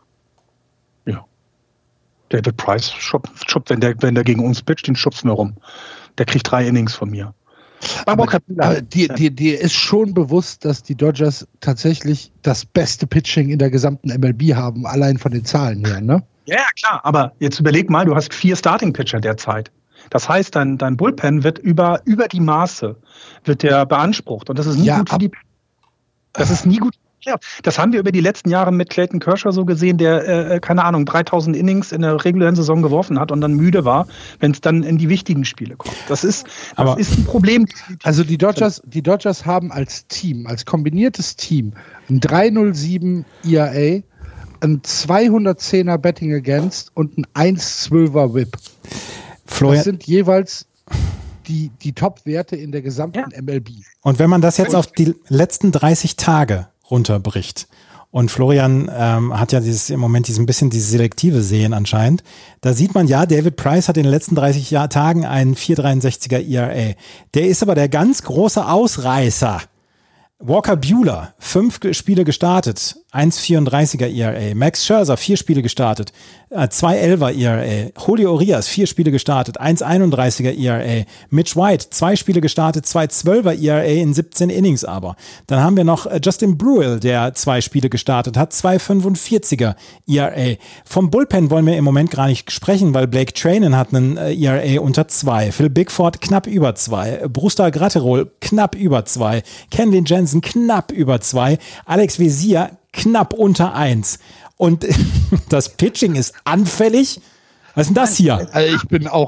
Ja. David Price schubst, wenn der gegen uns pitcht, den schubst mir rum. Der kriegt 3 Innings von mir. Aber dir ist schon bewusst, dass die Dodgers tatsächlich das beste Pitching in der gesamten MLB haben, allein von den Zahlen her, ne? Ja, klar, aber jetzt überleg mal, du hast 4 Starting-Pitcher derzeit. Das heißt, dein Bullpen wird über die Maße wird der beansprucht und das ist nie gut für die. Das ist nie gut. Ja, das haben wir über die letzten Jahre mit Clayton Kershaw so gesehen, der, 3000 Innings in der regulären Saison geworfen hat und dann müde war, wenn es dann in die wichtigen Spiele kommt. Das ist ein Problem. Also die Dodgers haben als Team, als kombiniertes Team, ein 3,07 ERA, ein 210er Betting Against und ein 1,12er WHIP. Das sind jeweils die Top-Werte in der gesamten MLB. Und wenn man das jetzt auf die letzten 30 Tage runterbricht. Und Florian hat ja im Moment ein bisschen dieses selektive Sehen anscheinend. Da sieht man ja, David Price hat in den letzten 30 Tagen einen 4,63er ERA. Der ist aber der ganz große Ausreißer. Walker Buehler, 5 Spiele gestartet, 1,34er ERA. Max Scherzer, 4 Spiele gestartet, 2,11er ERA. Julio Urias, 4 Spiele gestartet, 1,31er ERA. Mitch White, 2 Spiele gestartet, 2,12er ERA in 17 Innings aber. Dann haben wir noch Justin Bruihl, der 2 Spiele gestartet hat, 2,45er ERA. Vom Bullpen wollen wir im Moment gar nicht sprechen, weil Blake Treinen hat einen ERA unter 2. Phil Bickford knapp über 2. Brusdar Graterol knapp über 2. Kenley Jensen knapp über 2. Alex Vesia knapp unter 1. Und das Pitching ist anfällig. Was ist denn das hier? Also ich bin auch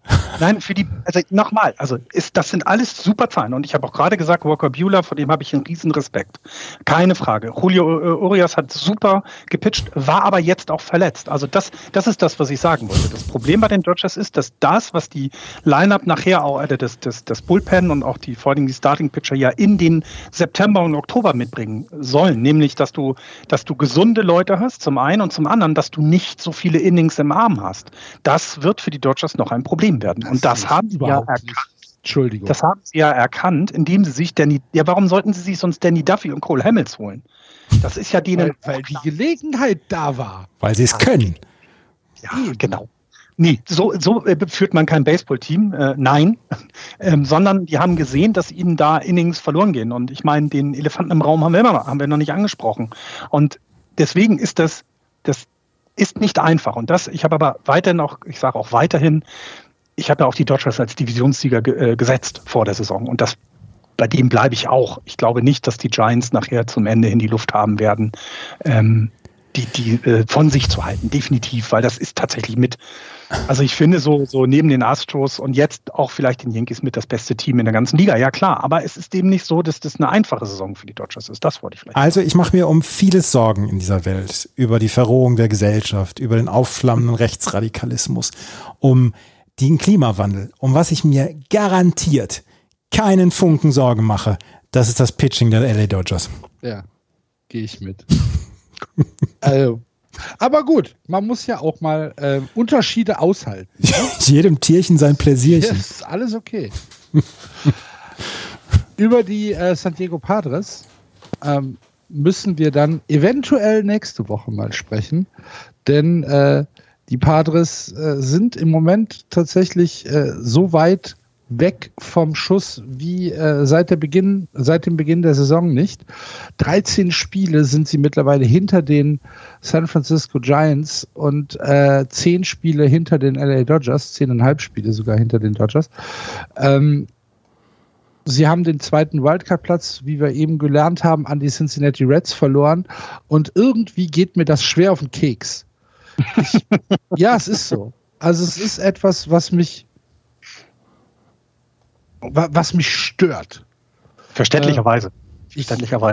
Nein, das sind alles super Zahlen. Und ich habe auch gerade gesagt, Walker Buehler, vor dem habe ich einen riesen Respekt. Keine Frage. Julio Urias hat super gepitcht, war aber jetzt auch verletzt. Also das ist das, was ich sagen wollte. Das Problem bei den Dodgers ist, dass das, was die Line-Up nachher auch, das Bullpen und auch vor allem die Starting-Pitcher ja in den September und Oktober mitbringen sollen. Nämlich, dass du gesunde Leute hast, zum einen, und zum anderen, dass du nicht so viele Innings im Arm hast. Das wird für die Dodgers noch ein Problem werden. Und das haben sie ja erkannt. Entschuldigung. Das haben sie ja erkannt, indem sie sich warum sollten sie sich sonst Danny Duffy und Cole Hamels holen? Das ist ja denen. Weil die Gelegenheit da war. Weil sie es können. Ja, genau. Nee, so führt man kein Baseballteam, nein, sondern die haben gesehen, dass ihnen da Innings verloren gehen. Und ich meine, den Elefanten im Raum haben wir noch nicht angesprochen. Und deswegen ist das ist nicht einfach. Und ich habe aber weiterhin ich habe ja auch die Dodgers als Divisionssieger gesetzt vor der Saison. Und bei dem bleibe ich auch. Ich glaube nicht, dass die Giants nachher zum Ende hin die Luft haben werden, die von sich zu halten. Definitiv, weil das ist tatsächlich also ich finde so neben den Astros und jetzt auch vielleicht den Yankees mit das beste Team in der ganzen Liga. Ja klar, aber es ist eben nicht so, dass das eine einfache Saison für die Dodgers ist. Das wollte ich vielleicht. Also ich mache mir um vieles Sorgen in dieser Welt. Über die Verrohung der Gesellschaft, über den aufflammenden Rechtsradikalismus, um den Klimawandel, um was ich mir garantiert keinen Funken Sorgen mache. Das ist das Pitching der LA Dodgers. Ja, gehe ich mit. Also, aber gut, man muss ja auch mal Unterschiede aushalten. Ne? Jedem Tierchen sein Pläsierchen. Ja, ist alles okay. Über die San Diego Padres müssen wir dann eventuell nächste Woche mal sprechen, denn die Padres sind im Moment tatsächlich so weit weg vom Schuss wie seit dem Beginn der Saison nicht. 13 Spiele sind sie mittlerweile hinter den San Francisco Giants und 10 Spiele hinter den LA Dodgers, 10,5 Spiele sogar hinter den Dodgers. Sie haben den zweiten Wildcard-Platz, wie wir eben gelernt haben, an die Cincinnati Reds verloren und irgendwie geht mir das schwer auf den Keks. Ja, es ist so. Also es ist etwas, was mich stört. Verständlicherweise. Ich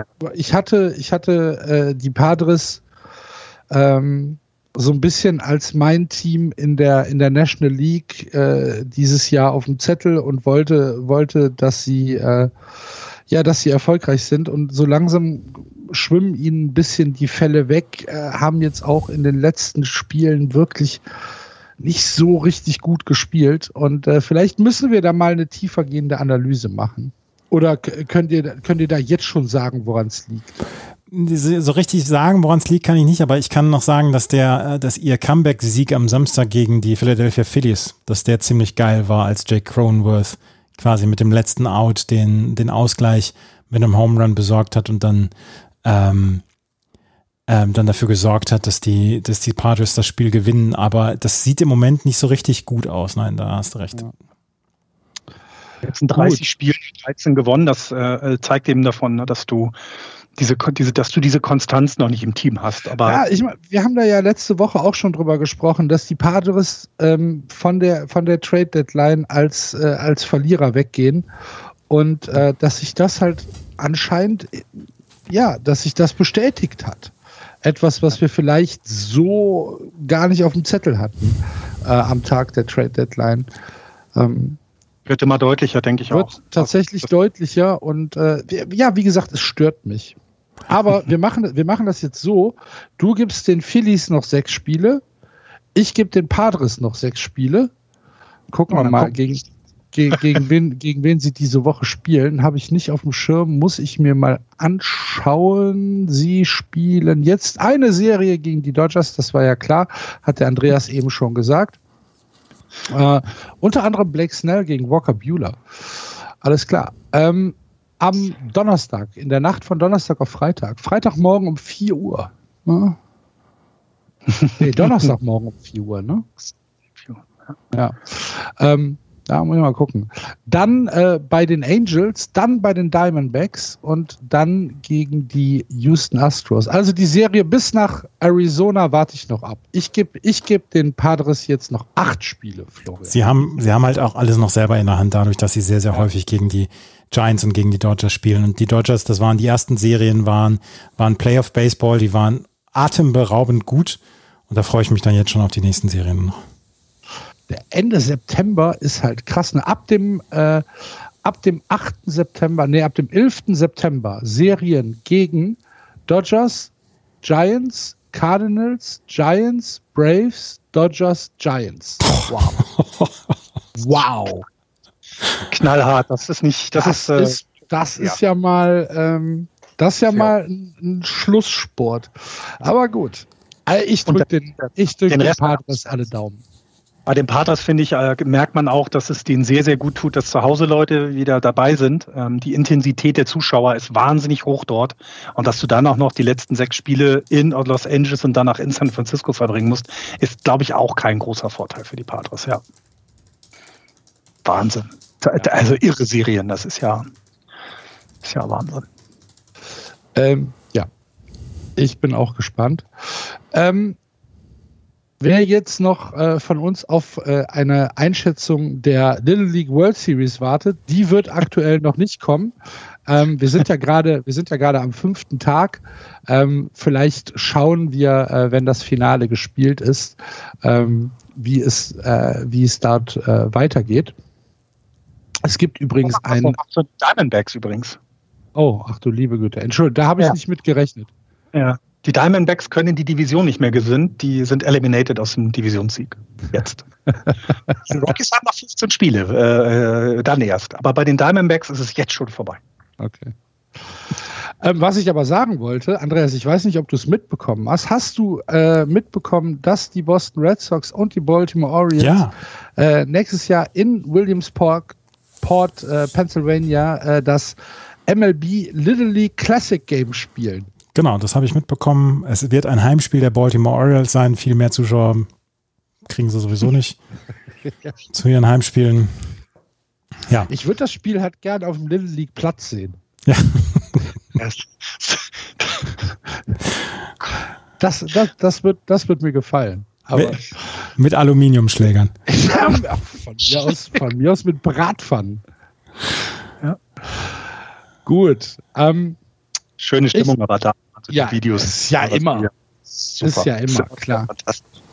hatte die Padres so ein bisschen als mein Team in der National League dieses Jahr auf dem Zettel und wollte, dass sie erfolgreich sind, und so langsam schwimmen ihnen ein bisschen die Fälle weg, haben jetzt auch in den letzten Spielen wirklich nicht so richtig gut gespielt, und vielleicht müssen wir da mal eine tiefergehende Analyse machen. Oder könnt ihr da jetzt schon sagen, woran es liegt? So richtig sagen, woran es liegt, kann ich nicht, aber ich kann noch sagen, dass ihr Comeback-Sieg am Samstag gegen die Philadelphia Phillies, dass der ziemlich geil war, als Jake Cronenworth quasi mit dem letzten Out den Ausgleich mit einem Home Run besorgt hat und dann dafür gesorgt hat, dass die Padres das Spiel gewinnen. Aber das sieht im Moment nicht so richtig gut aus. Nein, da hast du recht. Ja. Jetzt sind 30 Spiele, 13 gewonnen. Das zeigt eben davon, dass du diese Konstanz noch nicht im Team hast. Aber ja, wir haben da ja letzte Woche auch schon drüber gesprochen, dass die Padres von der Trade Deadline als Verlierer weggehen und dass sich das halt anscheinend, dass sich das bestätigt hat. Etwas, was wir vielleicht so gar nicht auf dem Zettel hatten am Tag der Trade Deadline. Wird immer deutlicher, denke ich auch. Wird tatsächlich deutlicher und wie gesagt, es stört mich. Aber wir machen das jetzt so: Du gibst den Phillies noch 6 Spiele, ich gebe den Padres noch 6 Spiele. Gucken wir mal, gegen wen sie diese Woche spielen. Habe ich nicht auf dem Schirm, muss ich mir mal anschauen. Sie spielen jetzt eine Serie gegen die Dodgers, das war ja klar, hat der Andreas eben schon gesagt. Unter anderem Blake Snell gegen Walker Buehler. Alles klar. Am Donnerstag, in der Nacht von Donnerstag auf Freitagmorgen um 4 Uhr. Ne? Nee, Donnerstagmorgen um 4 Uhr, ne? Ja. Da muss ich mal gucken. Dann bei den Angels, dann bei den Diamondbacks und dann gegen die Houston Astros. Also die Serie bis nach Arizona warte ich noch ab. Ich geb den Padres jetzt noch 8 Spiele, Florian. Sie haben halt auch alles noch selber in der Hand, dadurch, dass sie sehr, sehr häufig gegen die Giants und gegen die Dodgers spielen. Und die Dodgers, das waren die ersten Serien, waren Playoff-Baseball, die waren atemberaubend gut. Und da freue ich mich dann jetzt schon auf die nächsten Serien noch. Der Ende September ist halt krass. Ne? Ab dem 8. September, ab dem 11. September Serien gegen Dodgers, Giants, Cardinals, Giants, Braves, Dodgers, Giants. Wow. Wow. Knallhart, das ist ja mal ein Schlusssport. Aber gut. Ich drücke den Padres alle Daumen. Bei den Padres, finde ich, merkt man auch, dass es denen sehr, sehr gut tut, dass zu Hause Leute wieder dabei sind. Die Intensität der Zuschauer ist wahnsinnig hoch dort. Und dass du dann auch noch die letzten 6 Spiele in Los Angeles und danach in San Francisco verbringen musst, ist, glaube ich, auch kein großer Vorteil für die Padres. Ja. Wahnsinn. Also irre Serien, das ist ja Wahnsinn. Ja, ich bin auch gespannt. Wer jetzt noch von uns auf eine Einschätzung der Little League World Series wartet, die wird aktuell noch nicht kommen. Wir sind ja gerade am 5. Tag. Vielleicht schauen wir, wenn das Finale gespielt ist, wie es dort weitergeht. Es gibt übrigens einen... Diamondbacks übrigens. Oh, ach du liebe Güte. Entschuldigung, da habe ich nicht mit gerechnet. Ja. Die Diamondbacks können in die Division nicht mehr gewinnen. Die sind eliminated aus dem Divisionssieg. Jetzt. Die Rockies haben noch 15 Spiele, dann erst. Aber bei den Diamondbacks ist es jetzt schon vorbei. Okay. Was ich aber sagen wollte, Andreas, ich weiß nicht, ob du es mitbekommen hast. Hast du mitbekommen, dass die Boston Red Sox und die Baltimore Orioles nächstes Jahr in Williamsport, Pennsylvania, das MLB Little League Classic Game spielen? Genau, das habe ich mitbekommen. Es wird ein Heimspiel der Baltimore Orioles sein. Viel mehr Zuschauer kriegen sie sowieso nicht zu ihren Heimspielen. Ja. Ich würde das Spiel halt gern auf dem Little League Platz sehen. Ja. Das wird mir gefallen. Aber mit Aluminiumschlägern. Von mir aus mit Bratpfannen. Ja. Gut. Schöne Stimmung, aber da. Also die Videos. Ist ja immer. Ist ja immer, klar. Fantastisch.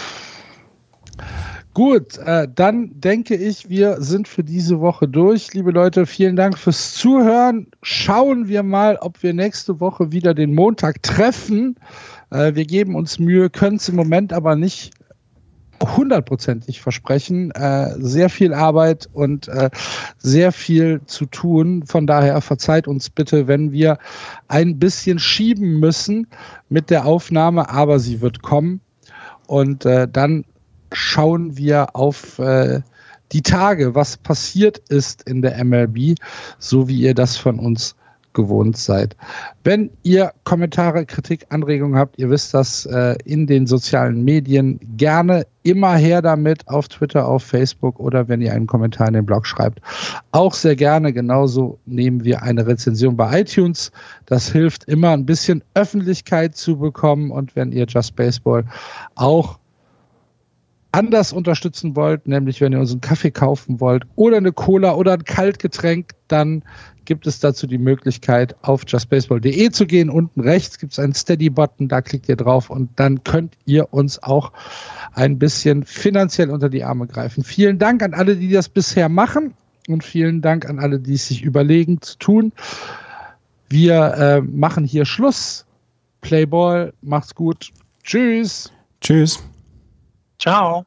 Gut, dann denke ich, wir sind für diese Woche durch. Liebe Leute, vielen Dank fürs Zuhören. Schauen wir mal, ob wir nächste Woche wieder den Montag treffen. Wir geben uns Mühe, können es im Moment aber nicht 100%ig versprechen. Sehr viel Arbeit und sehr viel zu tun. Von daher verzeiht uns bitte, wenn wir ein bisschen schieben müssen mit der Aufnahme, aber sie wird kommen. Und dann schauen wir auf die Tage, was passiert ist in der MLB, so wie ihr das von uns gewohnt seid. Wenn ihr Kommentare, Kritik, Anregungen habt, ihr wisst das in den sozialen Medien, gerne immer her damit auf Twitter, auf Facebook oder wenn ihr einen Kommentar in den Blog schreibt, auch sehr gerne. Genauso nehmen wir eine Rezension bei iTunes. Das hilft immer ein bisschen Öffentlichkeit zu bekommen und wenn ihr Just Baseball auch anders unterstützen wollt, nämlich wenn ihr uns einen Kaffee kaufen wollt oder eine Cola oder ein Kaltgetränk, dann gibt es dazu die Möglichkeit, auf justbaseball.de zu gehen. Unten rechts gibt es einen Steady-Button, da klickt ihr drauf und dann könnt ihr uns auch ein bisschen finanziell unter die Arme greifen. Vielen Dank an alle, die das bisher machen und vielen Dank an alle, die es sich überlegen zu tun. Wir machen hier Schluss. Playball, macht's gut. Tschüss. Tschüss. Ciao.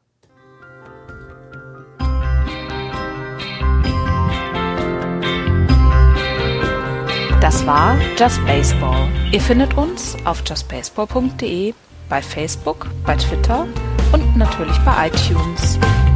Das war Just Baseball. Ihr findet uns auf justbaseball.de, bei Facebook, bei Twitter und natürlich bei iTunes.